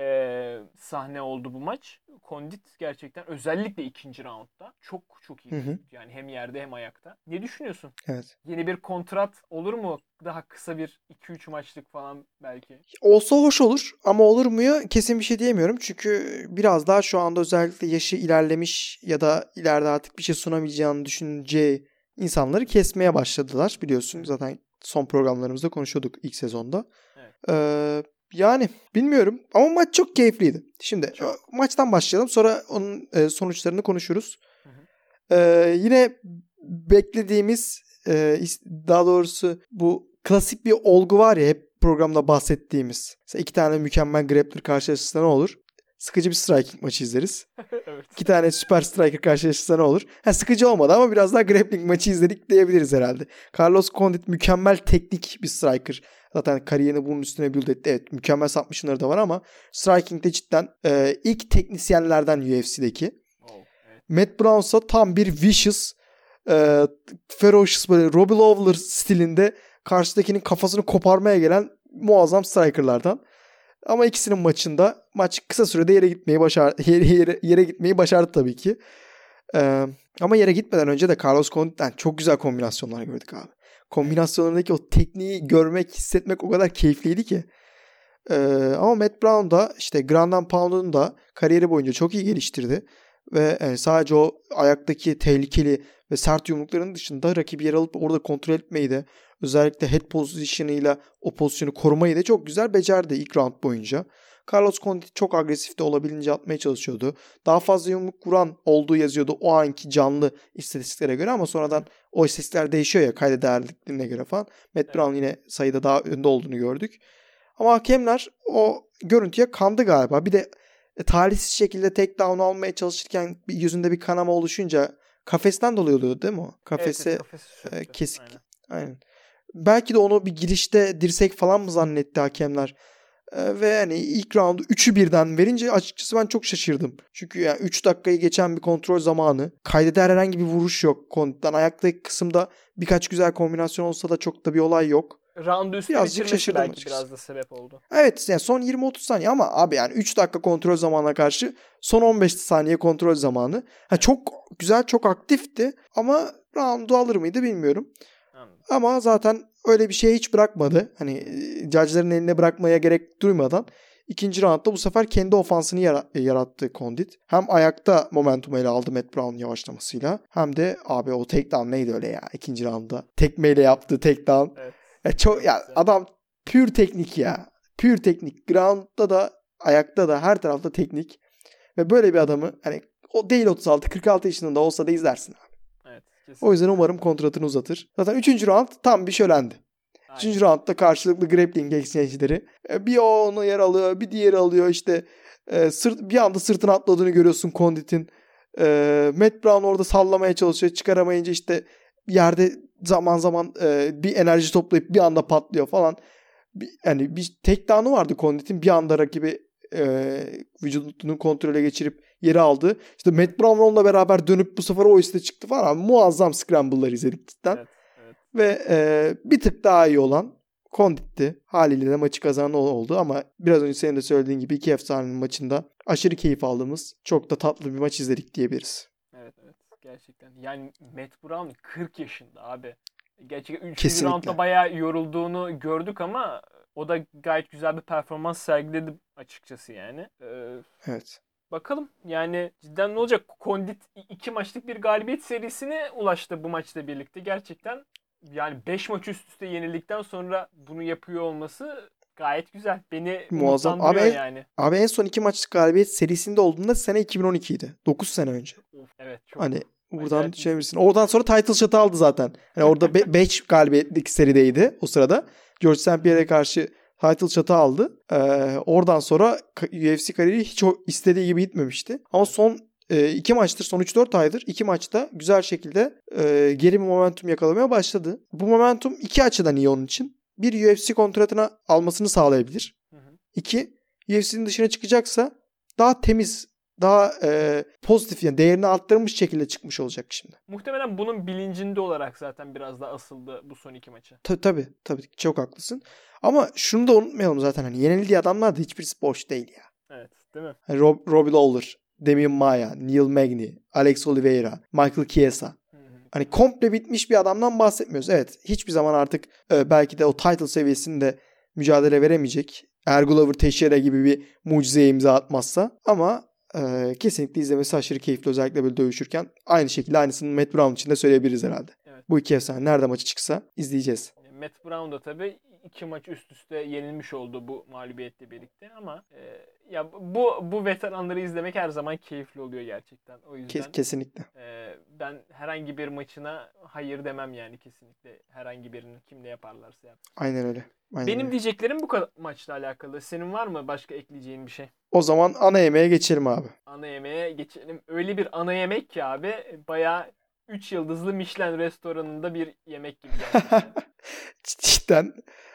A: sahne oldu bu maç. Condit gerçekten özellikle ikinci roundda çok iyi gözüktü. Yani hem yerde hem ayakta. Ne düşünüyorsun?
B: Evet.
A: Yeni bir kontrat olur mu? Daha kısa bir 2-3 maçlık falan belki.
B: Olsa hoş olur ama olur mu ya kesin bir şey diyemiyorum. Çünkü biraz daha şu anda özellikle yaşı ilerlemiş ya da ileride artık bir şey sunamayacağını düşüneceği insanları kesmeye başladılar biliyorsun. Zaten son programlarımızda konuşuyorduk ilk sezonda.
A: Evet.
B: Yani bilmiyorum ama maç çok keyifliydi. Şimdi maçtan başlayalım sonra onun sonuçlarını konuşuruz. Yine beklediğimiz daha doğrusu bu klasik bir olgu var ya hep programda bahsettiğimiz. Mesela 2 tane mükemmel grappler karşılaşırsa ne olur? Sıkıcı bir striking maçı izleriz.
A: Evet.
B: 2 tane süper striker karşılaşırsa ne olur? Sıkıcı olmadı ama biraz daha grappling maçı izledik diyebiliriz herhalde. Carlos Condit mükemmel teknik bir striker. Zaten kariyerini bunun üstüne build etti. Evet mükemmel submission'ları da var ama striking'de cidden ilk teknisyenlerden UFC'deki.
A: Evet.
B: Matt Brown'sa tam bir vicious, ferocious böyle Robbie Lawler stilinde karşıdakinin kafasını koparmaya gelen muazzam strikerlardan. Ama ikisinin maçında maç kısa sürede yere gitmeyi başardı tabii ki. Ama yere gitmeden önce de Carlos Condit'ten çok güzel kombinasyonlar gördük abi. Kombinasyonlarındaki o tekniği görmek, hissetmek o kadar keyifliydi ki. Ama Matt Brown da işte Ground and Pound'un da kariyeri boyunca çok iyi geliştirdi. Ve sadece o ayaktaki tehlikeli ve sert yumrukların dışında rakibi yer alıp orada kontrol etmeyi de özellikle head pozisyonuyla o pozisyonu korumayı da çok güzel becerdi ilk round boyunca. Carlos Condit çok agresif de olabildiğince atmaya çalışıyordu. Daha fazla yumruk vuran olduğu yazıyordu o anki canlı istatistiklere göre ama sonradan o istatistikler değişiyor ya kayda değerliklerine göre falan. Matt Brown yine sayıda daha önde olduğunu gördük. Ama hakemler o görüntüye kandı galiba. Bir de talihsiz şekilde takedown almaya çalışırken yüzünde bir kanama oluşunca kafesten dolayı oluyordu değil mi o? Kafesi kesik. Aynen. Belki de onu bir girişte dirsek falan mı zannetti hakemler? Ve hani ilk roundu 3'ü birden verince açıkçası ben çok şaşırdım. Çünkü yani 3 dakikayı geçen bir kontrol zamanı. Kaydeder herhangi bir vuruş yok. Ayaktaki kısımda birkaç güzel kombinasyon olsa da çok da bir olay yok.
A: roundu üstü
B: Birazcık
A: bitirmesi
B: şaşırdım
A: belki
B: açıkçası.
A: biraz da sebep oldu.
B: Evet yani son 20-30 saniye ama abi yani 3 dakika kontrol zamanına karşı son 15 saniye kontrol zamanı. Çok güzel, çok aktifti ama roundu alır mıydı bilmiyorum.
A: Anladım.
B: Ama zaten öyle bir şey hiç bırakmadı. Hani judge'ların eline bırakmaya gerek duymadan ikinci roundda bu sefer kendi ofansını yarattı Condit. Hem ayakta momentumu ele aldı Matt Brown yavaşlamasıyla. Hem de abi o takedown neydi öyle ya ikinci roundda. Tekmeyle yaptığı takedown.
A: Evet.
B: Çok ya
A: güzel.
B: adam pür teknik ya. Pür teknik. Ground'da da ayakta da her tarafta teknik. Ve böyle bir adamı hani o değil 36-46 yaşında olsa da izlersin abi.
A: Evet. Kesinlikle.
B: O yüzden umarım kontratını uzatır. Zaten 3. round tam bir şölendi. 3. roundda karşılıklı grappling exchange'leri. Bir o onu yer alıyor, bir diğeri alıyor işte. Bir anda sırtına atladığını görüyorsun Condit'in. Matt Brown orada sallamaya çalışıyor. Çıkaramayınca işte yerde zaman zaman bir enerji toplayıp bir anda patlıyor falan. Yani bir takedown'u vardı Condit'in. Bir anda rakibi vücudunu kontrole geçirip yeri aldı. İşte Matt Brown onunla beraber dönüp bu sefer o üste çıktı falan. Muazzam scramble'lar izledik cidden.
A: Evet, evet.
B: Ve bir tık daha iyi olan Condit'ti. Haliyle de maçı kazanan oldu ama biraz önce senin de söylediğin gibi iki efsanenin maçında aşırı keyif aldığımız çok da tatlı bir maç izledik diyebiliriz.
A: Evet. Gerçekten. Yani Matt Brown 40 yaşında abi. Gerçekten 3.
B: Kesinlikle.
A: roundda bayağı yorulduğunu gördük ama o da gayet güzel bir performans sergiledi açıkçası yani.
B: Evet.
A: Bakalım yani cidden ne olacak? Condit 2 maçlık bir galibiyet serisine ulaştı bu maçla birlikte. Gerçekten yani 5 maç üst üste yenildikten sonra bunu yapıyor olması gayet güzel. Beni
B: Muazzam.
A: umutlendırıyor yani.
B: Abi en son 2 maçlık galibiyet serisinde olduğunda sene 2012 idi. 9 sene önce.
A: Of, evet çok.
B: Hani buradan
A: acayip bir
B: düşünebilirsin. Oradan sonra title shot'ı aldı zaten. Hani orada 5 galibiyetlik serideydi o sırada. George St. Pierre'e karşı title shot'ı aldı. Oradan sonra UFC kariyeri hiç o istediği gibi gitmemişti. Ama son 2 maçtır, son 3-4 aydır 2 maçta güzel şekilde geri bir momentum yakalamaya başladı. Bu momentum 2 açıdan iyi onun için. Bir, UFC kontratına almasını sağlayabilir. 2, UFC'nin dışına çıkacaksa daha temiz, daha pozitif yani değerini arttırmış şekilde çıkmış olacak şimdi.
A: Muhtemelen bunun bilincinde olarak zaten biraz daha asıldı bu son 2 maçı.
B: Tabii çok haklısın. Ama şunu da unutmayalım zaten hani yenildiği adamlar da hiçbirisi boş değil ya.
A: Evet, değil mi?
B: Hani Robbie Lawler, Demian Maia, Neil Magny, Alex Oliveira, Michael Chiesa. Hani komple bitmiş bir adamdan bahsetmiyoruz. Evet, hiçbir zaman artık belki de o title seviyesinde mücadele veremeyecek. Ergulover Teixeira gibi bir mucizeye imza atmazsa. Ama kesinlikle izlemesi aşırı keyifli. Özellikle böyle dövüşürken. Aynı şekilde aynısını Matt Brown için de söyleyebiliriz herhalde. Evet. Bu iki efsane nerede maçı çıksa izleyeceğiz.
A: Matt Brown da tabii 2 maç üst üste yenilmiş oldu bu mağlubiyetle birlikte ama ya bu veteranları izlemek her zaman keyifli oluyor gerçekten. O yüzden
B: kesinlikle.
A: Ben herhangi bir maçına hayır demem yani kesinlikle. Herhangi birinin kimle yaparlarsa yapsın.
B: Aynen öyle.
A: Benim diyeceklerim bu kadar maçla alakalı. Senin var mı başka ekleyeceğin bir şey?
B: O zaman ana yemeğe geçelim abi.
A: Ana yemeğe geçelim. Öyle bir ana yemek ki abi bayağı 3 yıldızlı Michelin restoranında bir yemek gibi gerçekten.
B: Cidden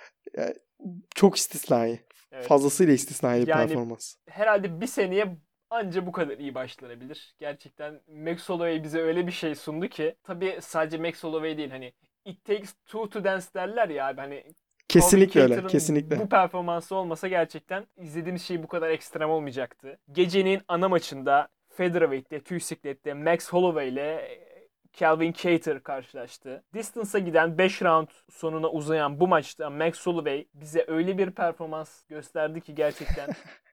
B: çok istisnai. Evet. Fazlasıyla istisnai bir performans.
A: Herhalde bir seneye anca bu kadar iyi başlanabilir. Gerçekten Max Holloway bize öyle bir şey sundu ki. Tabii sadece Max Holloway değil hani It takes two to dance derler ya abi hani.
B: Kesinlikle öyle. Kesinlikle.
A: Bu performansı olmasa gerçekten izlediğimiz şey bu kadar ekstrem olmayacaktı. Gecenin ana maçında Featherweight'te, tüy siklette Max Holloway ile Calvin Kattar karşılaştı. Distance'a giden 5 round sonuna uzayan bu maçta Max Holloway bize öyle bir performans gösterdi ki gerçekten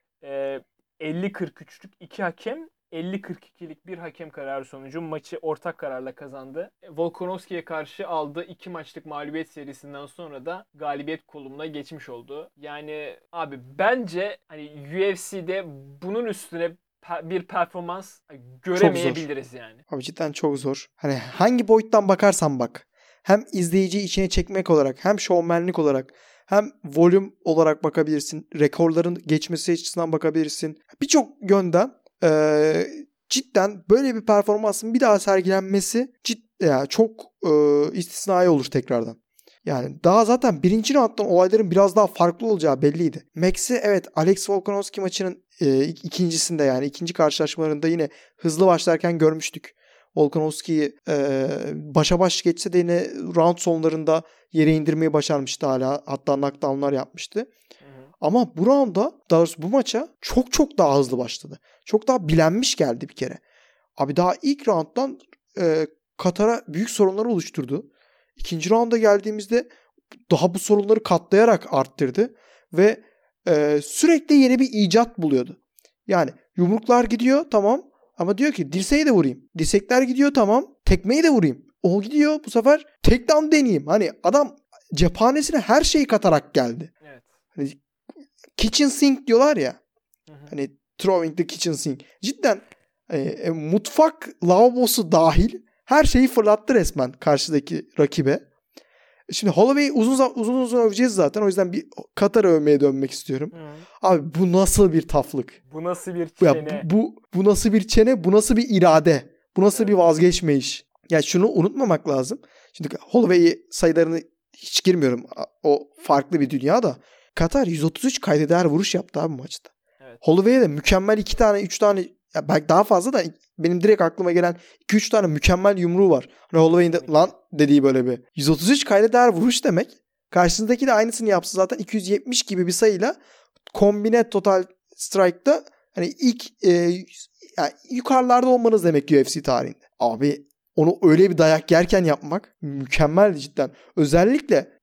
A: 50-43'lük 2 hakem 50-42'lik bir hakem kararı sonucu maçı ortak kararla kazandı. Volkanovski'ye karşı aldığı 2 maçlık mağlubiyet serisinden sonra da galibiyet kolumuna geçmiş oldu. Yani abi bence hani UFC'de bunun üstüne bir performans göremeyebiliriz yani.
B: Abi cidden çok zor. Hani hangi boyuttan bakarsan bak. Hem izleyiciyi içine çekmek olarak hem şovmenlik olarak hem volüm olarak bakabilirsin. Rekorların geçmesi açısından bakabilirsin. Birçok yönden cidden böyle bir performansın bir daha sergilenmesi çok istisnai olur tekrardan. Yani daha zaten birinci rounddan olayların biraz daha farklı olacağı belliydi. Max'i evet Alex Volkanovski maçının ikincisinde yani ikinci karşılaşmalarında yine hızlı başlarken görmüştük. Volkanovski'yi başa baş geçse de yine round sonlarında yere indirmeyi başarmıştı hala. Hatta knockdownlar yapmıştı.
A: Hı hı.
B: Ama bu rounda, daha doğrusu bu maça çok çok daha hızlı başladı. Çok daha bilenmiş geldi bir kere. Abi daha ilk rounddan Katar'a büyük sorunlar oluşturdu. İkinci rounda geldiğimizde daha bu sorunları katlayarak arttırdı. Ve sürekli yeni bir icat buluyordu. Yani yumruklar gidiyor tamam ama diyor ki dirseği de vurayım. Dirsekler gidiyor tamam, tekmeyi de vurayım. O gidiyor, bu sefer takedown deneyeyim. Hani adam cephanesine her şeyi katarak geldi.
A: Evet.
B: Hani kitchen sink diyorlar ya.
A: Hı hı.
B: Hani throwing the kitchen sink. Cidden mutfak lavabosu dahil her şeyi fırlattı resmen karşıdaki rakibe. Şimdi Holloway'i uzun öveceğiz zaten. O yüzden bir Katar'ı övmeye dönmek istiyorum.
A: Hı.
B: Abi bu nasıl bir taflık?
A: Bu nasıl bir
B: Ya
A: çene?
B: bu nasıl bir çene? Bu nasıl bir irade? Bu nasıl
A: Evet.
B: bir vazgeçmeyiş? Ya şunu unutmamak lazım. Şimdi Holloway'i sayılarını hiç girmiyorum. O farklı bir dünya da. Katar 133 kayda değer vuruş yaptı abi maçta.
A: Evet.
B: Holloway'e de mükemmel 2 tane 3 tane, ya belki daha fazla da benim direkt aklıma gelen 2-3 tane mükemmel yumruğu var. Hani Holloway'in de lan dediği böyle bir 133 kayda değer vuruş demek. Karşısındaki de aynısını yapsa zaten 270 gibi bir sayıyla kombine total strike'da hani ilk yani yukarılarda olmanız demek UFC tarihinde. Abi onu öyle bir dayak yerken yapmak mükemmeldi cidden. Özellikle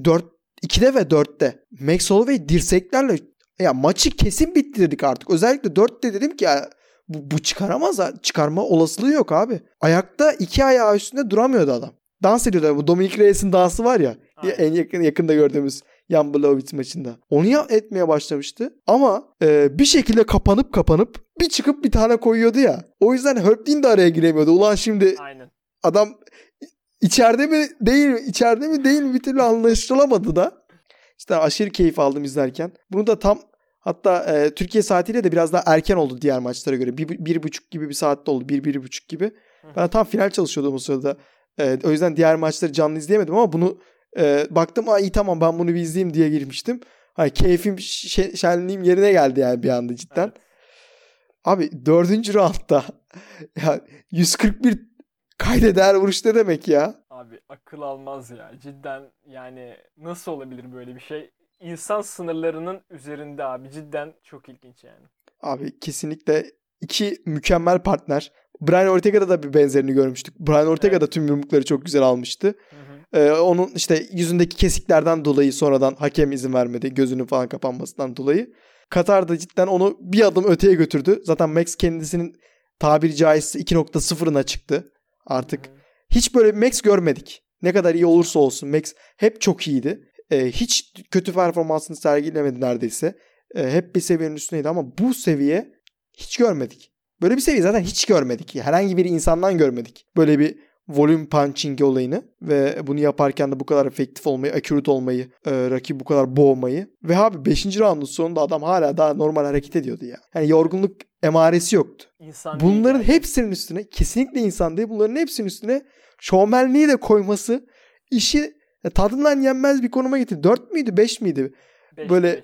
B: 2'de ve 4'te Max Holloway dirseklerle ya maçı kesin bitirdik artık. Özellikle 4'te dedim ki ya bu çıkaramaz. Çıkarma olasılığı yok abi. Ayakta iki ayağı üstünde duramıyordu adam. Dans ediyordu. Bu Dominic Reyes'in dansı var ya. En yakında gördüğümüz Jan Blachowicz maçında. Onu etmeye başlamıştı. Ama bir şekilde kapanıp bir çıkıp bir tane koyuyordu ya. O yüzden Herb Dean de araya giremiyordu. Ulan şimdi
A: Aynen.
B: adam içeride mi değil mi bir türlü anlaşılamadı da. İşte aşırı keyif aldım izlerken. Bunu da tam hatta Türkiye saatiyle de biraz daha erken oldu diğer maçlara göre. Bir buçuk gibi bir saatte oldu. Bir buçuk gibi. Ben tam final çalışıyordum o sırada. O yüzden diğer maçları canlı izleyemedim ama bunu baktım iyi tamam ben bunu bir izleyeyim diye girmiştim. Hani keyfim şenliğim yerine geldi yani bir anda cidden.
A: Evet.
B: Abi 4. roundda ya 141 kayda değer vuruş ne demek ya?
A: Abi akıl almaz ya. Cidden yani nasıl olabilir böyle bir şey? İnsan sınırlarının üzerinde abi. Cidden çok ilginç yani.
B: Abi kesinlikle iki mükemmel partner. Brian Ortega'da da bir benzerini görmüştük. Brian Ortega da tüm yumrukları çok güzel almıştı.
A: Hı hı.
B: Onun işte yüzündeki kesiklerden dolayı sonradan hakem izin vermedi. Gözünün falan kapanmasından dolayı. Katar'da cidden onu bir adım öteye götürdü. Zaten Max kendisinin tabiri caizse 2.0'ına çıktı. Artık hiç böyle bir Max görmedik. Ne kadar iyi olursa olsun Max hep çok iyiydi. Hiç kötü performansını sergilemedi neredeyse. Hep bir seviyenin üstündeydi ama bu seviye hiç görmedik. Böyle bir seviye zaten hiç görmedik. Herhangi bir insandan görmedik. Böyle bir volume punching olayını ve bunu yaparken de bu kadar efektif olmayı, accurate olmayı, rakibi bu kadar boğmayı ve abi 5. roundun sonunda adam hala daha normal hareket ediyordu ya. Yani yorgunluk emaresi yoktu.
A: İnsan
B: Bunların
A: değil yani.
B: hepsinin üstüne kesinlikle insan değil. Bunların hepsinin üstüne şovmenliği de koyması işi tadından yenmez bir konuma getirdi. 4 müydü 5 miydi? Böyle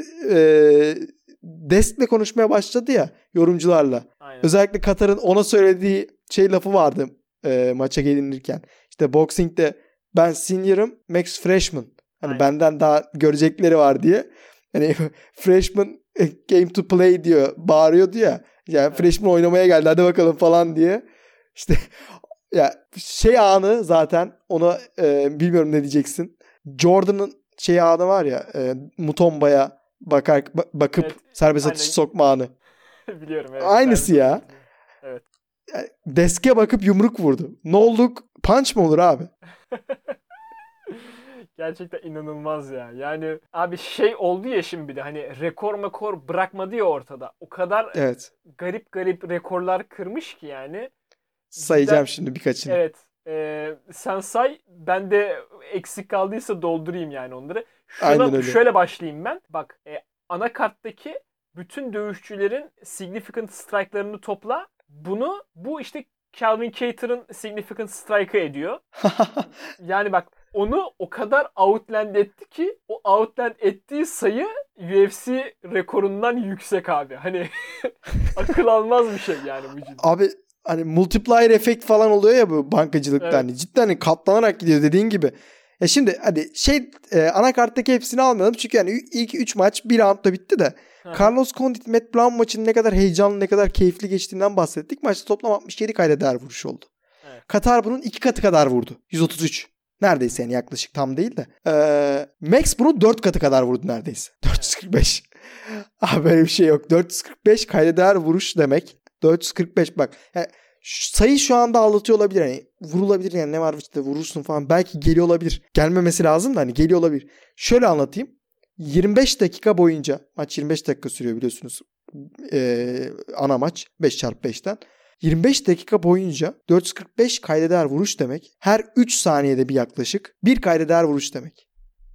B: deskle konuşmaya başladı ya yorumcularla.
A: Aynen.
B: Özellikle Katar'ın ona söylediği lafı vardı maça gelinirken. İşte boxing'de ben senior'ım, Max freshman. Hani
A: Aynen.
B: benden daha görecekleri var diye. Hani freshman game to play diyor. Bağırıyordu ya. Yani freshman oynamaya geldi hadi bakalım falan diye. İşte ya anı zaten ona bilmiyorum ne diyeceksin. Jordan'ın anı var ya Mutomba'ya bakıp
A: Evet,
B: serbest atış sokma anı.
A: Biliyorum evet.
B: Aynısı ya.
A: Evet.
B: Yani deske bakıp yumruk vurdu. Ne olduk? Punch mı olur abi?
A: Gerçekten inanılmaz ya. Yani abi oldu ya şimdi bir de hani rekor bırakmadı ya ortada. O kadar
B: Evet.
A: garip rekorlar kırmış ki yani.
B: Sayacağım
A: Cidden,
B: şimdi birkaçını.
A: evet. Sen say. Ben de eksik kaldıysa doldurayım yani onları.
B: Aynen öyle.
A: Şöyle başlayayım ben. Bak anakarttaki bütün dövüşçülerin significant strike'larını topla. Bu işte Calvin Kattar'ın significant strike'ı ediyor. Yani bak onu o kadar outland etti ki o outland ettiği sayı UFC rekorundan yüksek abi. Hani akıl almaz bir şey yani bu cidden.
B: Abi hani multiplier efekt falan oluyor ya bu bankacılıkta.
A: Evet.
B: Hani cidden hani katlanarak gidiyor dediğin gibi. Ya şimdi hadi anakarttaki hepsini almayalım. Çünkü yani ilk 3 maç bir roundda bitti de. Carlos Condit, Matt Brown maçının ne kadar heyecanlı, ne kadar keyifli geçtiğinden bahsettik. Maçta toplam 67 kayda değer vuruş oldu.
A: Evet.
B: Katar bunun 2 katı kadar vurdu. 133. Neredeyse yani yaklaşık tam değil de. Max bunun 4 katı kadar vurdu neredeyse. 445. Abi böyle bir şey yok. 445 kayda değer vuruş demek. 445 bak. Yani sayı şu anda aldatıyor olabilir. Yani vurulabilir yani ne var işte vurursun falan. Belki geliyor olabilir. Gelmemesi lazım da hani geliyor olabilir. Şöyle anlatayım. 25 dakika boyunca maç 25 dakika sürüyor biliyorsunuz. Ana maç 5x5'ten. 25 dakika boyunca 445 kayda değer vuruş demek. Her 3 saniyede bir yaklaşık bir kayda değer vuruş demek.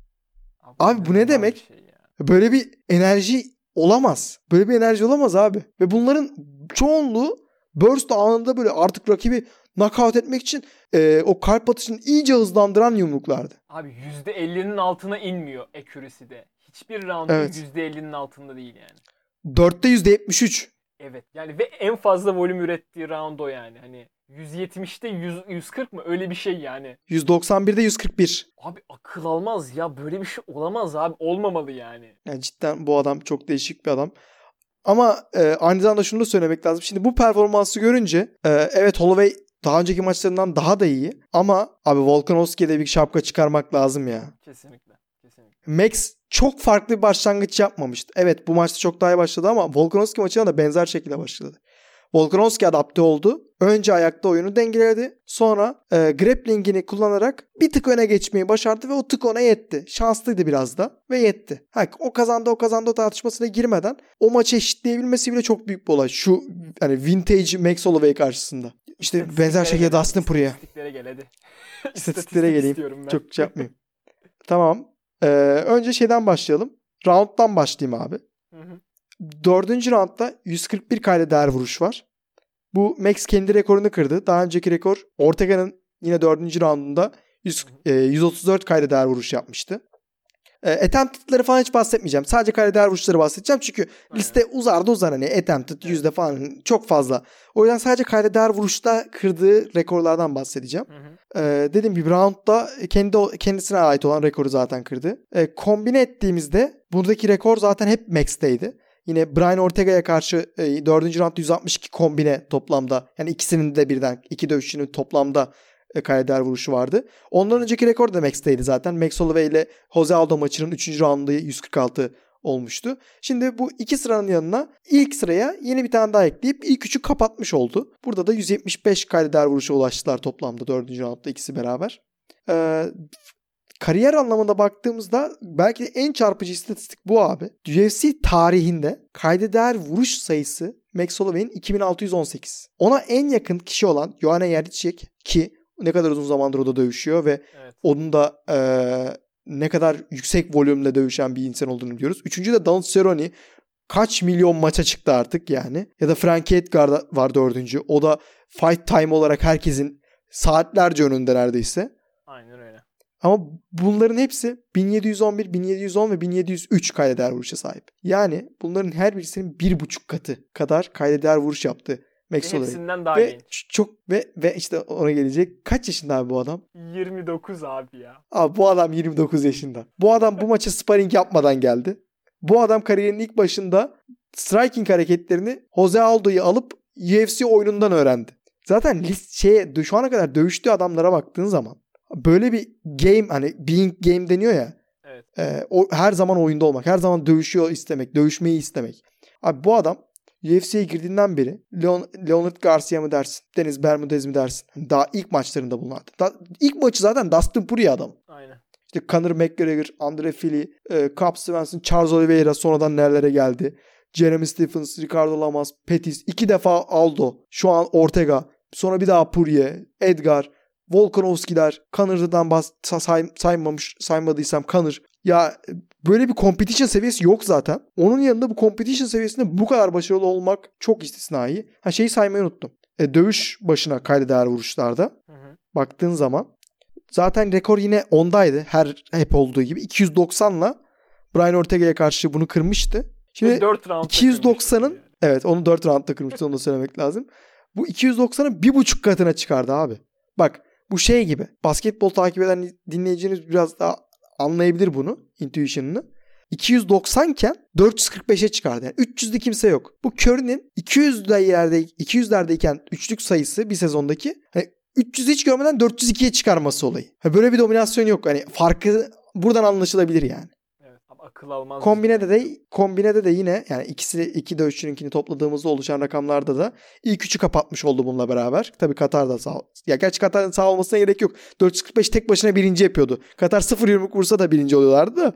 B: Abi bu ne demek?
A: Şey
B: böyle bir enerji olamaz. Böyle bir enerji olamaz abi. Ve bunların çoğunluğu burst anında böyle artık rakibi knockout etmek için o kalp atışını iyice hızlandıran yumruklardı.
A: Abi %50'nin altına inmiyor accuracy'de. Hiçbir round'un
B: Evet.
A: %50'nin altında değil yani.
B: 4'te %73.
A: Evet. Yani ve en fazla volüm ürettiği round o yani. Hani 170'te 140 mı? Öyle bir şey yani.
B: 191'de 141.
A: Abi akıl almaz ya. Böyle bir şey olamaz abi. Olmamalı yani.
B: Yani cidden bu adam çok değişik bir adam. Ama aynı zamanda şunu da söylemek lazım. Şimdi bu performansı görünce evet Holloway daha önceki maçlarından daha da iyi. Ama abi Volkanovski'ye de bir şapka çıkarmak lazım ya.
A: Kesinlikle.
B: Max çok farklı bir başlangıç yapmamıştı. Evet bu maçta çok daha iyi başladı ama Volkanovski maçına da benzer şekilde başladı. Volkanovski adapte oldu. Önce ayakta oyunu dengeledi. Sonra grappling'ini kullanarak bir tık öne geçmeyi başardı ve o tık ona yetti. Şanslıydı biraz da ve yetti. O kazandı tartışmasına girmeden o maçı eşitleyebilmesi bile çok büyük bir olay. Şu hani vintage Max Holloway karşısında. İşte benzer şekilde Dustin Poirier.
A: İstatistiklere gel hadi.
B: İstatistiklere geleyim. Çok şey yapmayayım. Tamam. Önce şeyden başlayalım. Round'dan başlayayım abi.
A: Hı.
B: 4. roundda 141 kayda değer vuruş var. Bu Max kendi rekorunu kırdı. Daha önceki rekor Ortega'nın yine 4. roundunda 134 kayda değer vuruş yapmıştı. Attempted'ları falan hiç bahsetmeyeceğim. Sadece kayda değer vuruşları bahsedeceğim. Çünkü liste uzar hani attempted yüzde falan çok fazla. O yüzden sadece kayda değer vuruşta kırdığı rekorlardan bahsedeceğim. Dediğim gibi roundda kendisine ait olan rekoru zaten kırdı. Kombine ettiğimizde buradaki rekor zaten hep Max'teydi. Yine Brian Ortega'ya karşı 4. roundda 162 kombine toplamda. Yani ikisinin de birden iki dövüşçünün toplamda kayda değer vuruşu vardı. Ondan önceki rekor da Max'teydi zaten. Max Holloway ile Jose Aldo maçının 3. roundunda 146 olmuştu. Şimdi bu iki sıranın yanına ilk sıraya yeni bir tane daha ekleyip ilk üçü kapatmış oldu. Burada da 175 kayda değer vuruşa ulaştılar toplamda 4. roundda ikisi beraber. Kariyer anlamında baktığımızda belki de en çarpıcı istatistik bu abi. UFC tarihinde kayda değer vuruş sayısı Max Holloway'in 2618. Ona en yakın kişi olan Joanna Jędrzejczyk ki ne kadar uzun zamandır o da dövüşüyor ve onun da ne kadar yüksek volümle dövüşen bir insan olduğunu biliyoruz. Üçüncü de Donald Cerrone kaç milyon maça çıktı artık yani. Ya da Frankie Edgar da var 4. O da fight time olarak herkesin saatlerce önünde neredeyse.
A: Aynen öyle.
B: Ama bunların hepsi 1711, 1710 ve 1703 kayda değer vuruşa sahip. Yani bunların her birisinin 1,5 katı kadar kayda değer vuruş yaptı Max Holloway.
A: Hepsinden daha genç.
B: Ve işte ona gelecek. Kaç yaşında abi bu adam?
A: 29 abi ya.
B: Abi bu adam 29 yaşında. Bu adam bu maça sparring yapmadan geldi. Bu adam kariyerinin ilk başında striking hareketlerini Jose Aldo'yu alıp UFC oyunundan öğrendi. Zaten şu ana kadar dövüştüğü adamlara baktığın zaman böyle bir game hani being game deniyor ya.
A: Evet.
B: O her zaman oyunda olmak, her zaman dövüşmeyi istemek. Abi bu adam UFC'ye girdiğinden beri Leonard Garcia mı dersin, Deniz Bermudez mi dersin? Daha ilk maçlarında bunlardı. İlk maçı zaten Dustin Poirier adam.
A: Aynen.
B: İşte Conor McGregor, Andre Fili, Cub Swanson, Charles Oliveira sonradan nerelere geldi. Jeremy Stephens, Ricardo Lamas, Pettis, 2 defa Aldo, şu an Ortega, sonra bir daha Poirier, Edgar, Volkanovski'ler, Conor'dan saymadıysam Conor. Ya böyle bir competition seviyesi yok zaten. Onun yanında bu competition seviyesinde bu kadar başarılı olmak çok istisnai. Şeyi saymayı unuttum. Dövüş başına kayda değer vuruşlarda baktığın zaman zaten rekor yine ondaydı. Hep olduğu gibi 290'la Brian Ortega'ya karşı bunu kırmıştı. Şimdi 290'ın evet onu 4 roundda kırmıştı onu da söylemek lazım. bu 290'ı 1,5 katına çıkardı abi. Bak bu şey gibi. Basketbol takip eden dinleyiciniz biraz daha anlayabilir bunu. Intuition'ını. 290 iken 445'e çıkardı. Yani 300'de kimse yok. Bu Curry'nin 200'lerdeyken üçlük sayısı bir sezondaki hani 300 hiç görmeden 402'ye çıkarması olayı. Böyle bir dominasyon yok. Hani farkı buradan anlaşılabilir yani.
A: Evet, ama akıl almaz.
B: Kombinede de yine yani iki de üçünkini topladığımızda oluşan rakamlarda da ilk üçü kapatmış oldu bununla beraber. Tabii Katar da sağ. Ya gerçi Katar'ın sağ olmasına gerek yok. 445 tek başına birinci yapıyordu. Katar 0 yumruk vursa da birinci oluyorlardı da.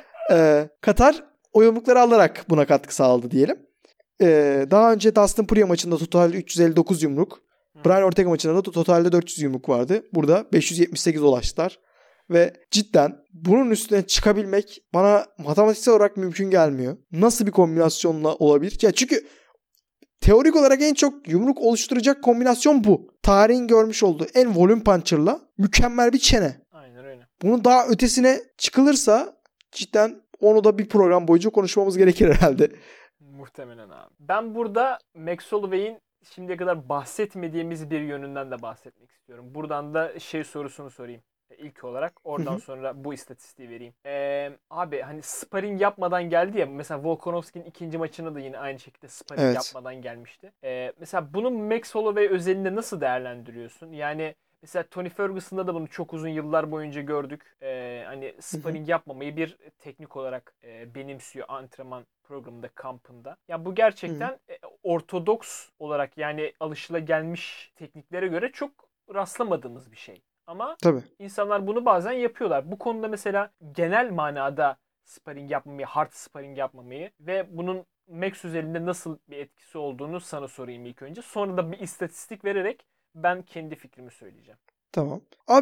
B: Katar o yumrukları alarak buna katkı sağladı diyelim. Daha önce Dustin Poirier maçında total 359 yumruk. Brian Ortega maçında da totalde 400 yumruk vardı. Burada 578 ulaştılar. Ve cidden bunun üstüne çıkabilmek bana matematiksel olarak mümkün gelmiyor. Nasıl bir kombinasyonla olabilir? Ya çünkü teorik olarak en çok yumruk oluşturacak kombinasyon bu. Tarihin görmüş olduğu en volüm puncher'la mükemmel bir çene.
A: Aynen öyle.
B: Bunun daha ötesine çıkılırsa cidden onu da bir program boyunca konuşmamız gerekir herhalde.
A: Muhtemelen abi. Ben burada Max Holloway'in şimdiye kadar bahsetmediğimiz bir yönünden de bahsetmek istiyorum. Buradan da sorusunu sorayım. İlk olarak oradan sonra bu istatistiği vereyim. Abi hani sparring yapmadan geldi ya. Mesela Volkanovski'nin ikinci maçına da yine aynı şekilde sparring yapmadan gelmişti. Mesela bunu Max Holloway özelinde nasıl değerlendiriyorsun? Yani mesela Tony Ferguson'da da bunu çok uzun yıllar boyunca gördük. Hani sparring yapmamayı bir teknik olarak benimsiyor antrenman programında, kampında. Ya bu gerçekten ortodoks olarak yani alışılagelmiş tekniklere göre çok rastlamadığımız bir şey. Ama
B: Tabii.
A: insanlar bunu bazen yapıyorlar. Bu konuda mesela genel manada sparring yapmamayı, hard sparring yapmamayı ve bunun Max üzerinde nasıl bir etkisi olduğunu sana sorayım ilk önce. Sonra da bir istatistik vererek ben kendi fikrimi söyleyeceğim.
B: Tamam. Abi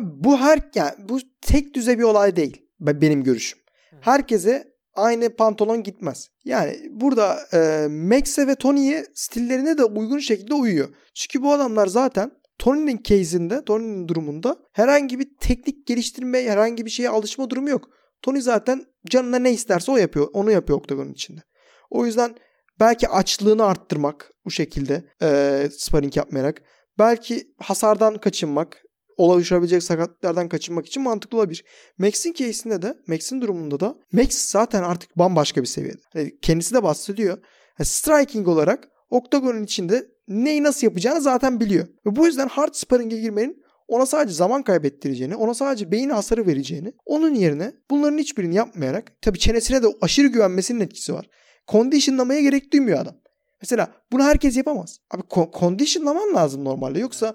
B: bu tek düze bir olay değil. Benim görüşüm. Herkese aynı pantolon gitmez. Yani burada Max'e ve Tony'ye stillerine de uygun şekilde uyuyor. Çünkü bu adamlar zaten Tony'nin case'inde, Tony'nin durumunda herhangi bir teknik geliştirme, herhangi bir şeye alışma durumu yok. Tony zaten canına ne isterse o yapıyor. Onu yapıyor oktagonun içinde. O yüzden belki açlığını arttırmak bu şekilde sparring yapmayarak. Belki hasardan kaçınmak, oluşabilecek sakatlıklardan kaçınmak için mantıklı olabilir. Max'in case'inde de, Max'in durumunda da Max zaten artık bambaşka bir seviyede. Yani kendisi de bahsediyor. Yani striking olarak oktagonun içinde neyi nasıl yapacağını zaten biliyor. Ve bu yüzden hard sparring'e girmenin ona sadece zaman kaybettireceğini, ona sadece beyin hasarı vereceğini, onun yerine bunların hiçbirini yapmayarak, tabii çenesine de aşırı güvenmesinin etkisi var. Conditionlamaya gerek duymuyor adam. Mesela bunu herkes yapamaz. Abi conditionlaman lazım normalde. Yoksa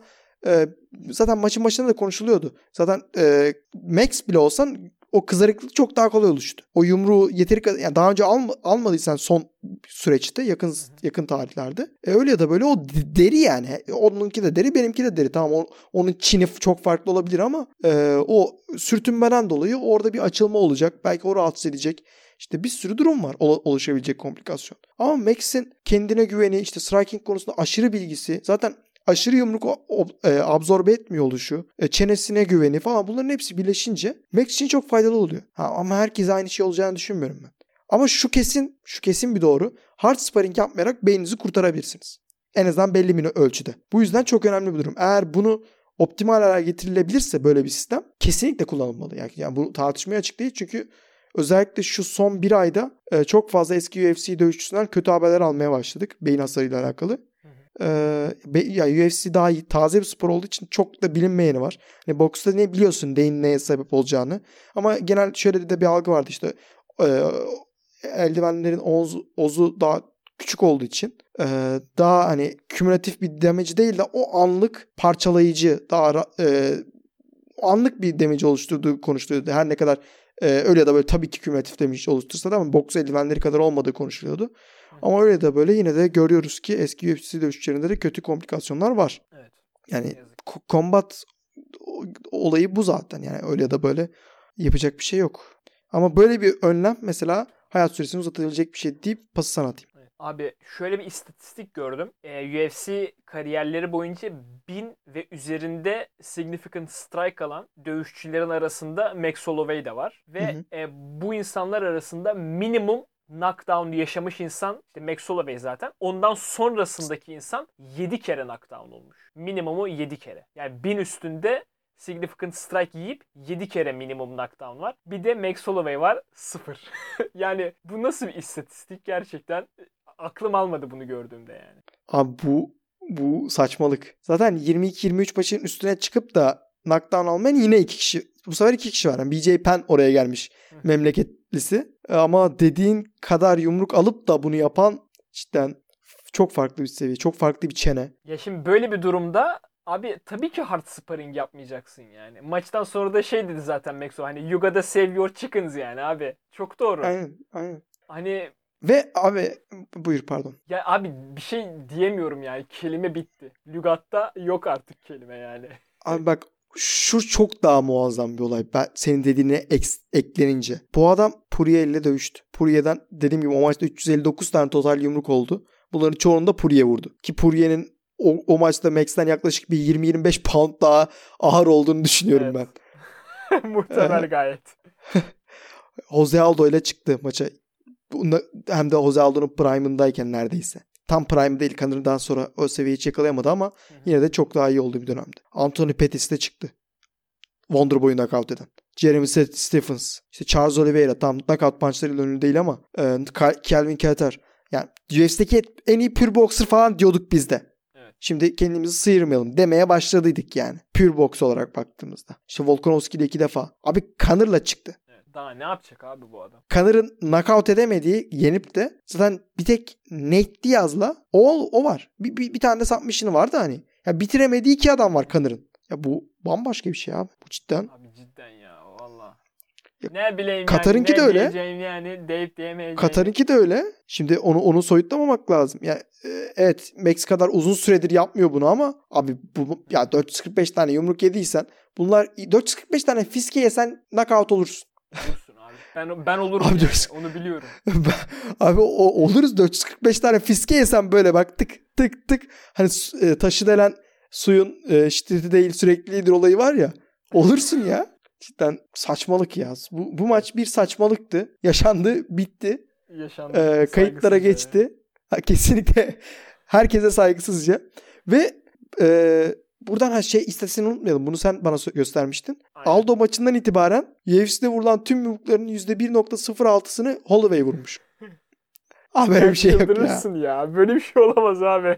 B: zaten maçın başında da konuşuluyordu. Zaten Max bile olsan o kızarıklık çok daha kolay oluştu. O yumruğu yeteri kadar yani daha önce almadıysan son süreçte yakın tarihlerde. Öyle ya da böyle o deri yani. Onunki de deri, benimki de deri. Tamam onun çini çok farklı olabilir ama o sürtünmeden dolayı orada bir açılma olacak. Belki o rahatsız edecek. İşte bir sürü durum var oluşabilecek komplikasyon. Ama Max'in kendine güveni, işte striking konusunda aşırı bilgisi, zaten aşırı yumruk absorbe etmiyor oluşu, çenesine güveni falan, bunların hepsi birleşince Max için çok faydalı oluyor. Ama herkese aynı şey olacağını düşünmüyorum ben. Ama şu kesin bir doğru. Hard sparring yapmayarak beyninizi kurtarabilirsiniz. En azından belli bir ölçüde. Bu yüzden çok önemli bir durum. Eğer bunu optimal hale getirilebilirse böyle bir sistem kesinlikle kullanılmalı. Yani bu tartışmaya açık değil çünkü özellikle şu son bir ayda çok fazla eski UFC dövüşçüsünden kötü haberler almaya başladık beyin hasarıyla alakalı. Ya UFC daha taze bir spor olduğu için çok da bilinmeyeni var. Hani boksta ne biliyorsun neyin neye sebep olacağını. Ama genel şöyle de bir algı vardı işte eldivenlerin ozu daha küçük olduğu için daha hani kümülatif bir damage değil de o anlık parçalayıcı daha anlık bir damage oluşturduğu konuşuluyordu. Her ne kadar öyle ya da böyle tabii ki kümülatif damage oluştursa da ama boks eldivenleri kadar olmadığı konuşuluyordu. Ama öyle de böyle yine de görüyoruz ki eski UFC dövüşçülerinde de kötü komplikasyonlar var.
A: Evet.
B: Yani combat olayı bu zaten. Yani öyle ya da böyle yapacak bir şey yok. Ama böyle bir önlem mesela hayat süresini uzatabilecek bir şey deyip pası sana atayım.
A: Evet. Abi şöyle bir istatistik gördüm. UFC kariyerleri boyunca 1000 ve üzerinde significant strike alan dövüşçülerin arasında Max Holloway de var. Ve bu insanlar arasında minimum knockdown yaşamış insan işte Max Holloway zaten. Ondan sonrasındaki insan 7 kere knockdown olmuş. Minimumu 7 kere. Yani 1000 üstünde significant strike yiyip 7 kere minimum knockdown var. Bir de Max Holloway var 0. Yani bu nasıl bir istatistik gerçekten aklım almadı bunu gördüğümde yani.
B: Abi bu saçmalık. Zaten 22-23 maçın üstüne çıkıp da knockdown almayan yine 2 kişi. Bu sefer 2 kişi var. Yani BJ Penn oraya gelmiş. Memleketlisi. Ama dediğin kadar yumruk alıp da bunu yapan cidden çok farklı bir seviye. Çok farklı bir çene.
A: Ya şimdi böyle bir durumda abi tabii ki hard sparring yapmayacaksın yani. Maçtan sonra da şey dedi zaten Maxo, hani you gotta save your chickens yani abi. Çok doğru.
B: Aynen.
A: Hani
B: Ve abi buyur pardon.
A: ya abi bir şey diyemiyorum yani. Kelime bitti. Lügatta yok artık kelime yani.
B: Abi bak şu çok daha muazzam bir olay. Ben senin dediğine eklenince. Bu adam Poirier ile dövüştü. Poirier'den dediğim gibi o maçta 359 tane total yumruk oldu. Bunların çoğunu da Poirier vurdu. Ki Poirier'in o maçta Max'ten yaklaşık bir 20-25 pound daha ağır olduğunu düşünüyorum
A: Evet.
B: ben.
A: Muhtemel gayet.
B: Jose Aldo ile çıktı maça. Hem de Jose Aldo'nun prime'ındayken neredeyse. Tam prime değil. Connor'dan sonra o seviyeyi hiç yakalayamadı ama yine de çok daha iyi oldu bir dönemde. Anthony Pettis de çıktı. Wonderboy'u knockout eden. Jeremy Stephens. İşte Charles Oliveira tam knockout punchlarıyla ünlü değil ama Calvin Kattar. Yani UFC'deki en iyi pure boxer falan diyorduk biz de.
A: Evet.
B: Şimdi kendimizi sıyırmayalım demeye başladıydık yani. Pure box olarak baktığımızda. İşte Volkanovski ile 2 defa. Abi Connor'la çıktı.
A: Daha ne yapacak abi bu adam?
B: Connor'ın knockout edemediği yenip de zaten bir tek Nate Diaz'la o var. Bir tane de submission'ı vardı hani. Ya bitiremediği 2 adam var Connor'ın. Ya bu bambaşka bir şey abi. Bu cidden.
A: Abi cidden ya valla. Ne bileyim
B: Katar'ınki
A: yani,
B: de
A: ne
B: öyle.
A: diyeceğim yani, deyip diyemeyeceğim.
B: Katar'ınki de öyle. Şimdi onu soyutlamamak lazım. Yani evet Max kadar uzun süredir yapmıyor bunu ama abi bu ya 445 tane yumruk yediysen bunlar 445 tane fiske yesen knockout olursun.
A: Olursun abi. Ben olurum
B: Abi,
A: yani. Onu biliyorum.
B: Abi oluruz 445 tane fiske yesen böyle bak tık tık tık hani taşı delen suyun şiddeti değil süreklidir olayı var ya. Olursun ya. Cidden saçmalık ya. Bu maç bir saçmalıktı. Yaşandı, bitti.
A: Yaşandı.
B: Kayıtlara geçti. Kesinlikle herkese saygısızca. Ve buradan istatistiğini unutmayalım. Bunu sen bana göstermiştin.
A: Aynen.
B: Aldo maçından itibaren UFC'de vurulan tüm yumrukların %1.06'sını Holloway vurmuş. Abi böyle bir şey yok ya.
A: Çıldırırsın ya. Böyle bir şey olamaz abi.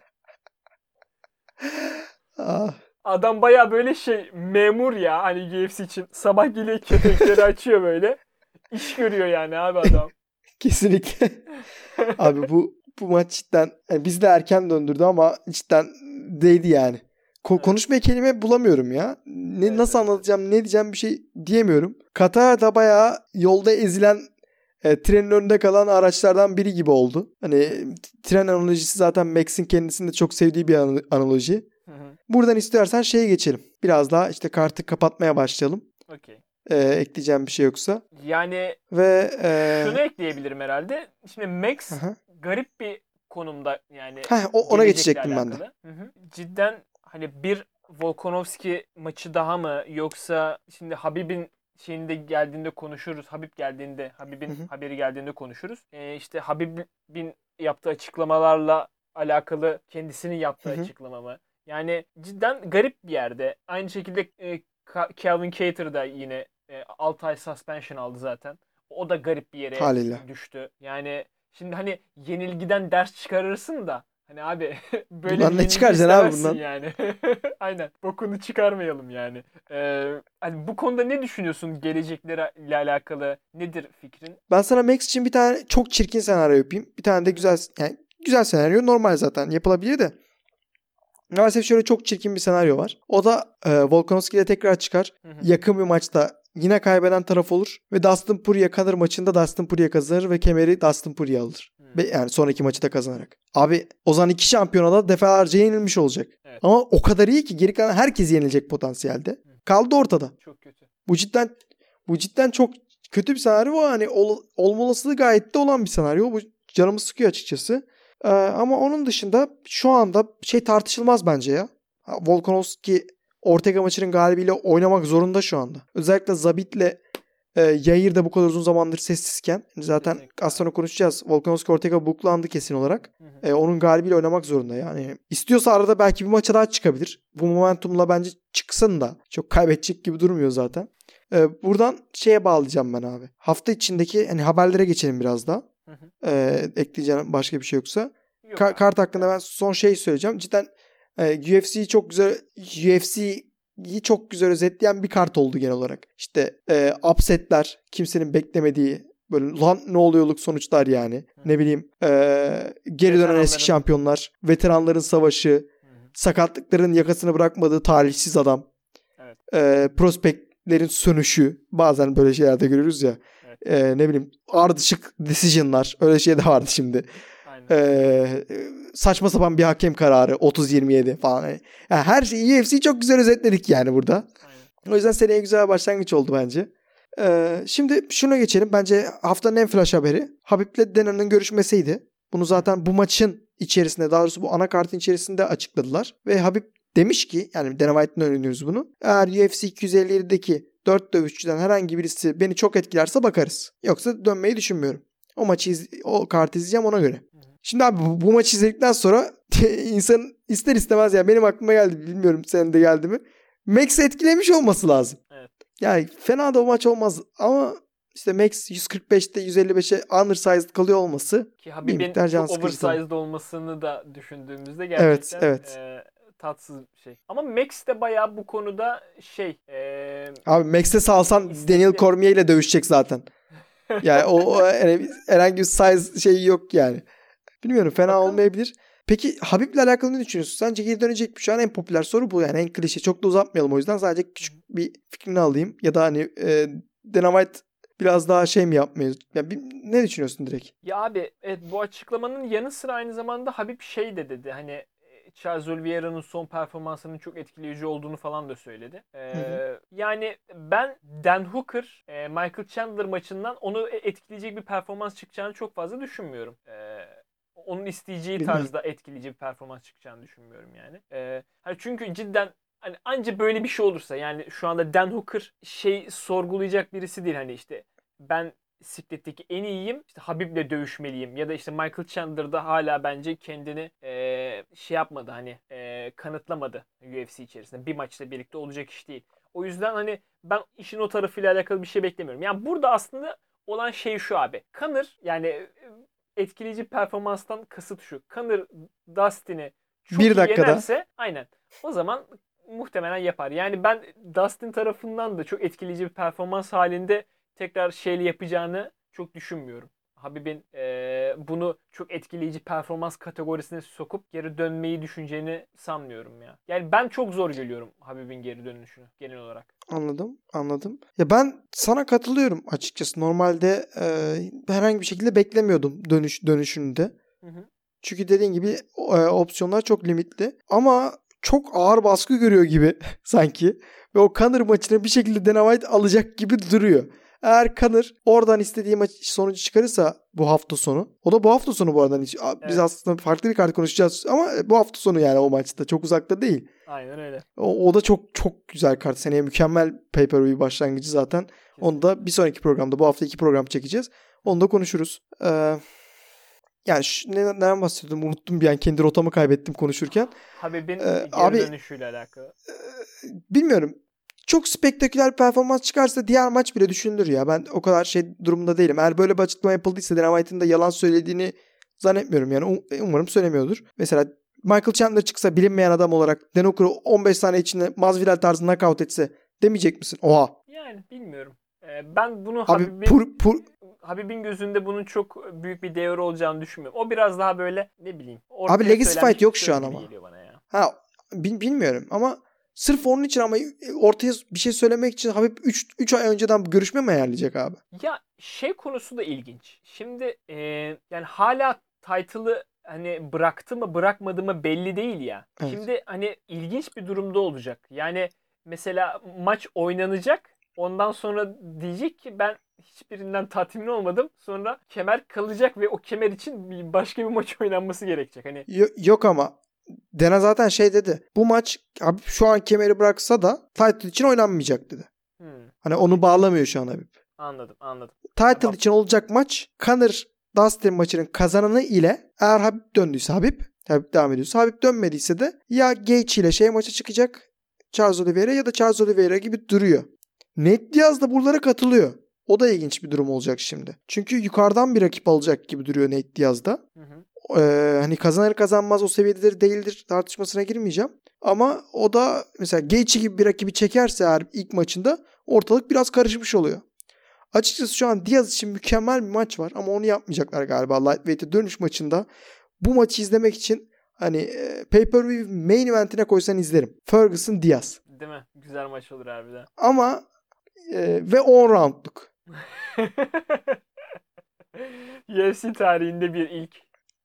A: Adam baya böyle memur ya hani UFC için. Sabah geliyor kepenkleri açıyor böyle. İş görüyor yani abi adam.
B: Kesinlikle. Abi bu maç cidden yani bizi de erken döndürdü ama cidden değdi yani. Konuşmaya kelime bulamıyorum ya. Nasıl anlatacağım, ne diyeceğim bir şey diyemiyorum. Katar'da bayağı yolda ezilen trenin önünde kalan araçlardan biri gibi oldu. Hani tren analojisi zaten Max'in kendisinin de çok sevdiği bir analoji. Buradan istersen geçelim. Biraz daha işte kartı kapatmaya başlayalım.
A: Okey.
B: Ekleyeceğim bir şey yoksa.
A: Yani
B: ve
A: şunu ekleyebilirim herhalde. Şimdi Max garip bir konumda yani.
B: Ona geçecektim ben de.
A: Cidden hani bir Volkanovski maçı daha mı yoksa şimdi Habib'in geldiğinde konuşuruz. Habib'in haberi geldiğinde konuşuruz. İşte Habib'in yaptığı açıklamalarla alakalı kendisinin yaptığı açıklama mı? Yani cidden garip bir yerde. Aynı şekilde Calvin Kattar da yine 6 ay suspension aldı zaten. O da garip bir yere düştü. Yani şimdi hani yenilgiden ders çıkarırsın da hani abi böyle
B: bundan ne çıkaracaksın abi bundan?
A: Yani. Aynen. Bokunu çıkarmayalım yani. Hani bu konuda ne düşünüyorsun geleceklerle alakalı? Nedir fikrin?
B: Ben sana Max için bir tane çok çirkin senaryo yapayım. Bir tane de güzel senaryo. Normal zaten yapılabilir de. Maalesef şöyle çok çirkin bir senaryo var. O da Volkanovski ile tekrar çıkar. Yakın bir maçta yine kaybeden taraf olur. Ve Dustin Poirier Conor maçında Dustin Poirier kazanır ve kemeri Dustin Poirier alır. Yani sonraki maçı da kazanarak. Abi o zaman 2 şampiyona da defalarca yenilmiş olacak. Evet. Ama o kadar iyi ki geri kalan herkes yenilecek potansiyelde. Kaldı ortada.
A: Çok kötü.
B: Bu cidden çok kötü bir senaryo. Hani olma olasılığı gayet de olan bir senaryo. Bu canımı sıkıyor açıkçası. Ama onun dışında şu anda tartışılmaz bence ya. Volkanovski Ortega maçının galibiyle oynamak zorunda şu anda. Özellikle Zabit'le Yair de bu kadar uzun zamandır sessizken zaten
A: Kesinlikle.
B: az sonra konuşacağız. Volkanovski Ortega buklandı kesin olarak.
A: Hı hı.
B: Onun galibiyle oynamak zorunda yani. İstiyorsa arada belki bir maça daha çıkabilir. Bu momentumla bence çıksın da çok kaybedecek gibi durmuyor zaten. Buradan şeye bağlayacağım ben abi. Hafta içindeki hani haberlere geçelim biraz daha.
A: Hı hı.
B: Ekleyeceğim başka bir şey yoksa.
A: Yok abi.
B: Kart hakkında ben son şeyi söyleyeceğim. Cidden UFC'yi çok güzel özetleyen bir kart oldu genel olarak. İşte upsetler, kimsenin beklemediği böyle lan ne oluyorluk sonuçlar yani.
A: Hı.
B: Ne bileyim geri dönen eski şampiyonlar, veteranların savaşı,
A: Hı hı.
B: sakatlıkların yakasını bırakmadığı talihsiz adam.
A: Evet.
B: Prospektlerin sönüşü. Bazen böyle şeylerde görüyoruz ya.
A: Evet.
B: Ne bileyim ardışık decision'lar. Öyle şey de vardı şimdi.
A: Aynen.
B: Saçma sapan bir hakem kararı 30-27 falan. Yani her şeyi UFC'yi çok güzel özetledik yani burada.
A: Aynen.
B: O yüzden seneye güzel bir başlangıç oldu bence. Şimdi şuna geçelim. Bence haftanın en flash haberi Habib'le Dana'nın görüşmesiydi. Bunu zaten bu maçın içerisinde, daha doğrusu bu anakartın içerisinde açıkladılar. Ve Habib demiş ki, yani Dana White'den öğreniyoruz bunu. Eğer UFC 257'deki 4 dövüşçüden herhangi birisi beni çok etkilerse bakarız. Yoksa dönmeyi düşünmüyorum. O kartı izleyeceğim ona göre. Şimdi abi bu maçı izledikten sonra insan ister istemez ya benim aklıma geldi. Bilmiyorum senin de geldi mi? Max'i etkilemiş olması lazım.
A: Evet.
B: Yani fena da o maç olmaz ama işte Max 145'te 155'e undersized kalıyor olması
A: ki Habib'in çok oversized olmasını da düşündüğümüzde gerçekten
B: evet.
A: Tatsız bir şey. Ama Max de bayağı bu konuda
B: abi Max'e salsan Daniel Cormier ile dövüşecek zaten. Yani o herhangi bir size şeyi yok yani. Bilmiyorum, fena
A: Bakalım.
B: Olmayabilir. Peki Habib'le alakalı ne düşünüyorsun? Sence geri dönecek mi? Şu an en popüler soru bu yani, en klişe. Çok da uzatmayalım o yüzden, sadece küçük bir fikrini alayım. Ya da hani Dana White biraz daha şey mi yapmıyor? Yani ne düşünüyorsun direkt?
A: Ya abi evet, bu açıklamanın yanı sıra aynı zamanda Habib şey de dedi. Hani Charles Oliveira'nın son performansının çok etkileyici olduğunu falan da söyledi. Yani ben Dan Hooker, Michael Chandler maçından onu etkileyecek bir performans çıkacağını çok fazla düşünmüyorum. Onun isteyeceği tarzda etkileyici bir performans çıkacağını düşünmüyorum yani. Hani çünkü cidden hani anca böyle bir şey olursa, yani şu anda Dan Hooker sorgulayacak birisi değil, hani işte ben sikletteki en iyiyim, İşte Habib'le dövüşmeliyim ya da işte Michael Chandler'da hala bence kendini yapmadı, hani kanıtlamadı UFC içerisinde. Bir maçla birlikte olacak iş değil. O yüzden hani ben işin o tarafıyla alakalı bir şey beklemiyorum. Yani burada aslında olan şey şu abi. Conor, yani etkileyici performanstan kasıt şu. Conor Dustin'i çok iyi yenerse aynen, o zaman muhtemelen yapar. Yani ben Dustin tarafından da çok etkileyici bir performans halinde tekrar yapacağını çok düşünmüyorum. Habib'in bunu çok etkileyici performans kategorisine sokup geri dönmeyi düşüneceğini sanmıyorum ya. Yani ben çok zor görüyorum Habib'in geri dönüşünü genel olarak.
B: Anladım. Ya ben sana katılıyorum açıkçası. Normalde herhangi bir şekilde beklemiyordum dönüşünde.
A: Hı.
B: Çünkü dediğin gibi opsiyonlar çok limitli. Ama çok ağır baskı görüyor gibi sanki. Ve o Conor maçını bir şekilde Dana White alacak gibi duruyor. Eğer Conor oradan istediği sonucu çıkarırsa bu hafta sonu. O da bu hafta sonu bu arada. Biz aslında farklı bir kart konuşacağız ama bu hafta sonu yani o maçta. Çok uzakta değil.
A: Aynen öyle.
B: O da çok çok güzel kart. Seneye mükemmel pay-per-view başlangıcı zaten. Kesinlikle. Onu da bir sonraki programda, bu hafta 2 program çekeceğiz. Onu da konuşuruz. Yani neden bahsediyordum? Unuttum bir an. Kendi rotamı kaybettim konuşurken.
A: Habib'in geri dönüşüyle alakalı.
B: Bilmiyorum. Çok spektaküler performans çıkarsa diğer maç bile düşünülür ya. Ben o kadar durumunda değilim. Eğer böyle bir açıklama yapıldıysa Dana White'ın da yalan söylediğini zannetmiyorum. Yani umarım söylemiyordur. Mesela Michael Chandler çıksa bilinmeyen adam olarak Dan Hooker'ı 15 saniye içinde Masvidal tarzı knockout etse demeyecek misin? Oha.
A: Yani bilmiyorum. Ben bunu
B: abi,
A: Habib'in gözünde bunun çok büyük bir değeri olacağını düşünmüyorum. O biraz daha böyle ne bileyim.
B: Abi legacy fight yok şu an ama.
A: Bana ya.
B: Ha bilmiyorum ama sırf onun için, ama ortaya bir şey söylemek için Habib 3 ay önceden görüşme mi ayarlayacak abi?
A: Ya konusu da ilginç. Şimdi yani hala title'ı hani bıraktı mı bırakmadı mı belli değil ya. Evet. Şimdi hani ilginç bir durumda olacak. Yani mesela maç oynanacak. Ondan sonra diyecek ki ben hiçbirinden tatmin olmadım. Sonra kemer kalacak ve o kemer için başka bir maç oynanması gerekecek. Hani
B: yok ama Dana zaten dedi. Bu maç abi şu an kemeri bıraksa da title için oynanmayacak dedi. Hani onu bağlamıyor şu an Habib.
A: Anladım.
B: Title
A: Tamam.
B: için olacak maç Conor Dustin maçının kazananı ile eğer Habib döndüyse Habib devam ediyorsa, Habib dönmediyse de ya Gaethje ile maça çıkacak, Charles Oliveira ya da Charles Oliveira gibi duruyor. Nate Diaz da buralara katılıyor. O da ilginç bir durum olacak şimdi. Çünkü yukarıdan bir rakip alacak gibi duruyor Nate Diaz'da. Hani kazanır kazanmaz o seviyededir değildir tartışmasına girmeyeceğim. Ama o da mesela Gaethje gibi bir rakibi çekerse eğer ilk maçında ortalık biraz karışmış oluyor. Açıkçası şu an Diaz için mükemmel bir maç var ama onu yapmayacaklar galiba Lightweight'e dönüş maçında. Bu maçı izlemek için hani pay-per-view main eventine koysan izlerim. Ferguson Diaz.
A: Değil mi? Güzel maç olur harbiden.
B: Ama ve 10 roundluk.
A: UFC tarihinde bir ilk.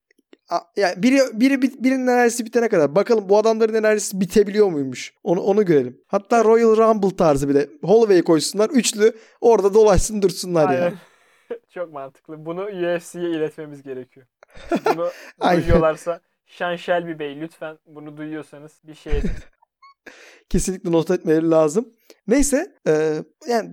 B: Yani birinin enerjisi bitene kadar. Bakalım bu adamların enerjisi bitebiliyor muymuş? Onu görelim. Hatta Royal Rumble tarzı bile. Holloway'i koysunlar. Üçlü orada dolaşsın dursunlar ya.
A: Çok mantıklı. Bunu UFC'ye iletmemiz gerekiyor. Bunu
B: Aynen.
A: duyuyorlarsa Sean Shelby Bey lütfen bunu duyuyorsanız bir şey edin.
B: Kesinlikle not etmeleri lazım. Neyse yani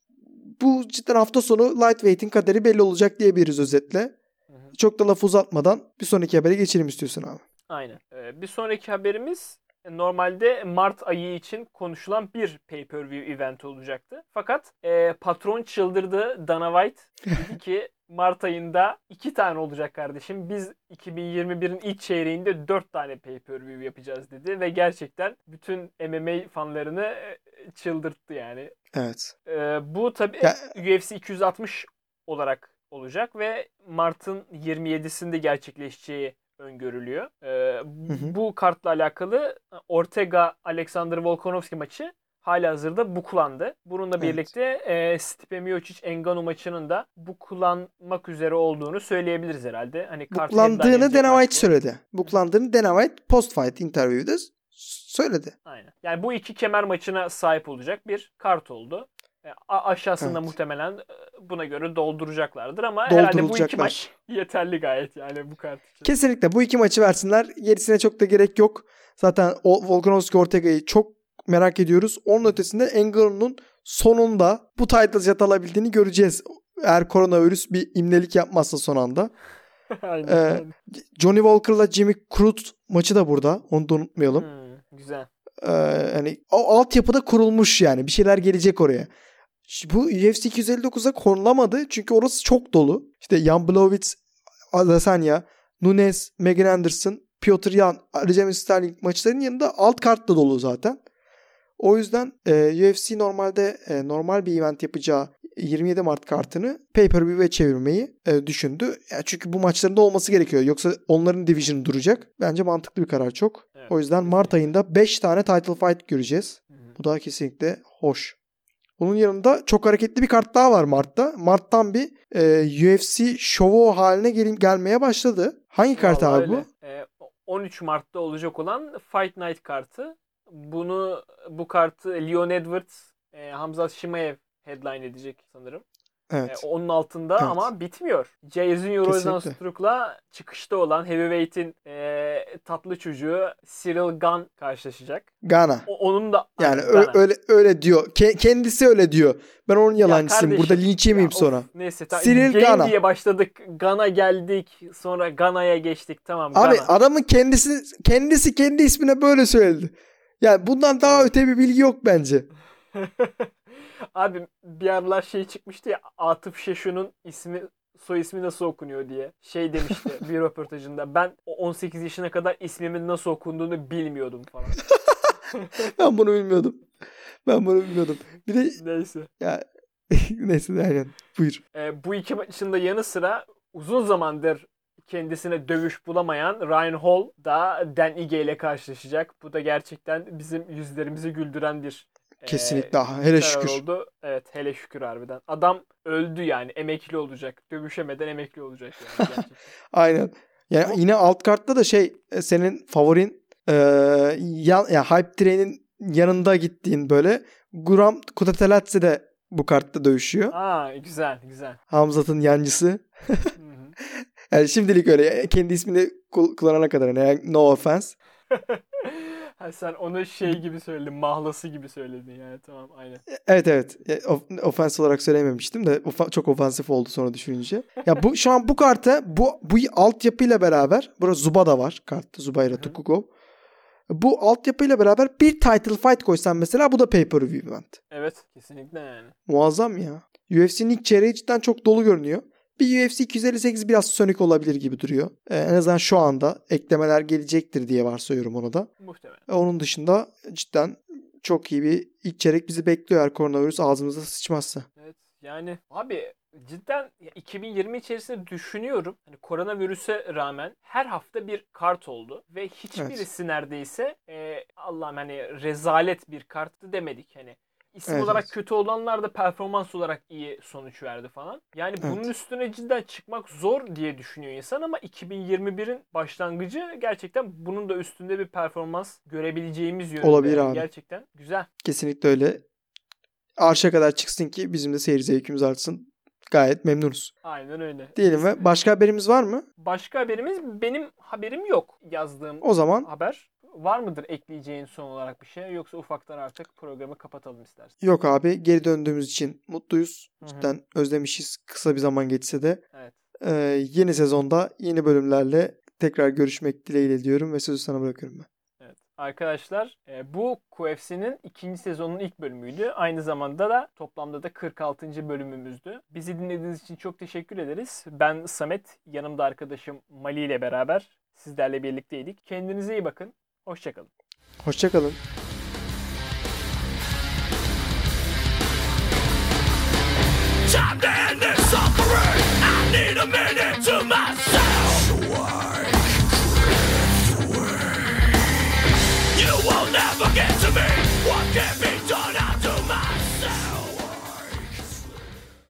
B: bu cidden hafta sonu lightweight'in kaderi belli olacak diyebiliriz özetle. Çok da laf uzatmadan bir sonraki habere geçelim istiyorsun abi.
A: Aynen. Bir sonraki haberimiz normalde Mart ayı için konuşulan bir pay-per-view event olacaktı. Fakat patron çıldırdı. Dana White dedi ki Mart ayında 2 tane olacak kardeşim. Biz 2021'in ilk çeyreğinde 4 tane pay-per-view yapacağız dedi. Ve gerçekten bütün MMA fanlarını çıldırttı yani.
B: Evet.
A: Bu tabii UFC 260 olarak olacak ve Mart'ın 27'sinde gerçekleşeceği öngörülüyor. Bu kartla alakalı Ortega Alexander Volkanovski maçı halihazırda buklandı. Bununla birlikte Stipe Miocic Ngannou maçının da buklanmak üzere olduğunu söyleyebiliriz herhalde. Hani
B: buklandığını Dana White söyledi. Buklandığını Dana White post-fight interview'da söyledi.
A: Aynen. Yani bu iki kemer maçına sahip olacak bir kart oldu. Aşağısında muhtemelen buna göre dolduracaklardır ama herhalde bu iki maç yeterli gayet yani bu kart için.
B: Kesinlikle bu iki maçı versinler. Gerisine çok da gerek yok. Zaten Volkanovski Ortega'yı çok merak ediyoruz. Onun ötesinde Ngannou'nun sonunda bu title shot alabildiğini göreceğiz. Eğer koronavirüs bir imlelik yapmazsa son anda.
A: Aynen.
B: Johnny Walker'la Jimmy Crute maçı da burada. Onu da unutmayalım.
A: Güzel.
B: Hani o altyapıda kurulmuş yani. Bir şeyler gelecek oraya. Bu UFC 259'a konulamadı. Çünkü orası çok dolu. İşte Jan Blachowicz, Adesanya, Nunes, Megan Anderson, Petr Yan, Aljamain Sterling maçlarının yanında alt kart da dolu zaten. O yüzden UFC normalde normal bir event yapacağı 27 Mart kartını pay-per-view'e çevirmeyi düşündü. Yani çünkü bu maçların da olması gerekiyor. Yoksa onların division'ı duracak. Bence mantıklı bir karar çok. Evet. O yüzden Mart ayında 5 tane title fight göreceğiz. Bu da kesinlikle hoş. Bunun yanında çok hareketli bir kart daha var Mart'ta. Mart'tan bir UFC şovu haline gelmeye başladı. Hangi kart abi bu?
A: 13 Mart'ta olacak olan Fight Night kartı. Bu kartı Leon Edwards, Hamzat Shimaev headline edecek sanırım.
B: Evet.
A: Onun altında ama bitmiyor. Jason Rozenstruik'la çıkışta olan Heavyweight'in tatlı çocuğu Cyril Gane karşılaşacak.
B: Gana.
A: Onun da
B: yani öyle diyor. Kendisi öyle diyor. Ben onun yalancısıyım. Burada linç yemeyeyim sonra.
A: Neyse.
B: Cyril Gane
A: diye başladık. Gana geldik. Sonra Gana'ya geçtik. Tamam.
B: Abi
A: Gana.
B: Adamın kendisi kendi ismine böyle söyledi. Yani bundan daha öte bir bilgi yok bence.
A: Abi bir aralar çıkmıştı ya, Atıf Şeşu'nun soy ismi nasıl okunuyor diye. Demişti bir röportajında. Ben 18 yaşına kadar ismimin nasıl okunduğunu bilmiyordum falan.
B: Ben bunu bilmiyordum. Bir de
A: neyse.
B: Ya neyse aynen. Buyur.
A: Bu iki maçın da yanı sıra uzun zamandır kendisine dövüş bulamayan Ryan Hall da Dan Ige ile karşılaşacak. Bu da gerçekten bizim yüzlerimizi güldüren bir
B: kesinlikle hele şükür
A: oldu. Evet, hele şükür harbiden. Adam öldü yani, emekli olacak. Dövüşemeden emekli olacak yani gerçekten.
B: Aynen. Yani yine alt kartta da senin favorin Hype Train'in yanında gittiğin böyle Guram Kutateladze de bu kartta dövüşüyor.
A: Güzel.
B: Hamzat'ın yancısı. Yani şimdilik öyle. Kendi ismini kullanana kadar. Yani no offense.
A: Ha, sen onu şey gibi söyledin. Mahlası gibi söyledin yani. Tamam, aynen.
B: Evet. Ofens olarak söylememiştim de çok ofansif oldu sonra düşününce. Ya bu şu an bu kartı bu altyapıyla beraber, burada Zuba da var kartta, Zubaira Tukugov. Bu altyapıyla beraber bir title fight koysan mesela, bu da pay-per-view event.
A: Evet, kesinlikle yani.
B: Muazzam ya. UFC'nin ilk çeyreği cidden çok dolu görünüyor. Bir UFC 258 biraz sönük olabilir gibi duruyor. En azından şu anda eklemeler gelecektir diye varsayıyorum ona da.
A: Muhtemelen.
B: Onun dışında cidden çok iyi bir ilk çeyrek bizi bekliyor eğer koronavirüs ağzımıza sıçmazsa.
A: Evet, yani abi cidden 2020 içerisinde düşünüyorum. Hani koronavirüse rağmen her hafta bir kart oldu ve hiçbirisi neredeyse Allah'ım hani rezalet bir karttı demedik. Hani isim olarak kötü olanlar da performans olarak iyi sonuç verdi falan. Yani bunun üstüne cidden çıkmak zor diye düşünüyor insan ama 2021'in başlangıcı gerçekten bunun da üstünde bir performans görebileceğimiz yönünde.
B: Olabilir
A: yani
B: abi.
A: Gerçekten güzel.
B: Kesinlikle öyle. Arşa kadar çıksın ki bizim de seyir zevkimiz artsın. Gayet memnunuz.
A: Aynen öyle.
B: Diyelim ve başka haberimiz var mı?
A: Başka haberimiz, benim haberim yok yazdığım
B: O zaman
A: haber. Var mıdır ekleyeceğin son olarak bir şey, yoksa ufaktan artık programı kapatalım istersen?
B: yok abi, geri döndüğümüz için mutluyuz.
A: Hı hı.
B: Cidden özlemişiz, kısa bir zaman geçse de.
A: Evet.
B: Yeni sezonda yeni bölümlerle tekrar görüşmek dileğiyle diyorum ve sözü sana bırakıyorum ben.
A: Evet. Arkadaşlar bu QFC'nin 2. sezonun ilk bölümüydü. Aynı zamanda da toplamda da 46. bölümümüzdü. Bizi dinlediğiniz için çok teşekkür ederiz. Ben Samet, yanımda arkadaşım Mali ile beraber sizlerle birlikteydik. Kendinize iyi bakın. Hoşçakalın.
B: Hoşçakalın.
C: Time to end this suffering. I need a minute to myself. So I drift away. You will never get to me. What can be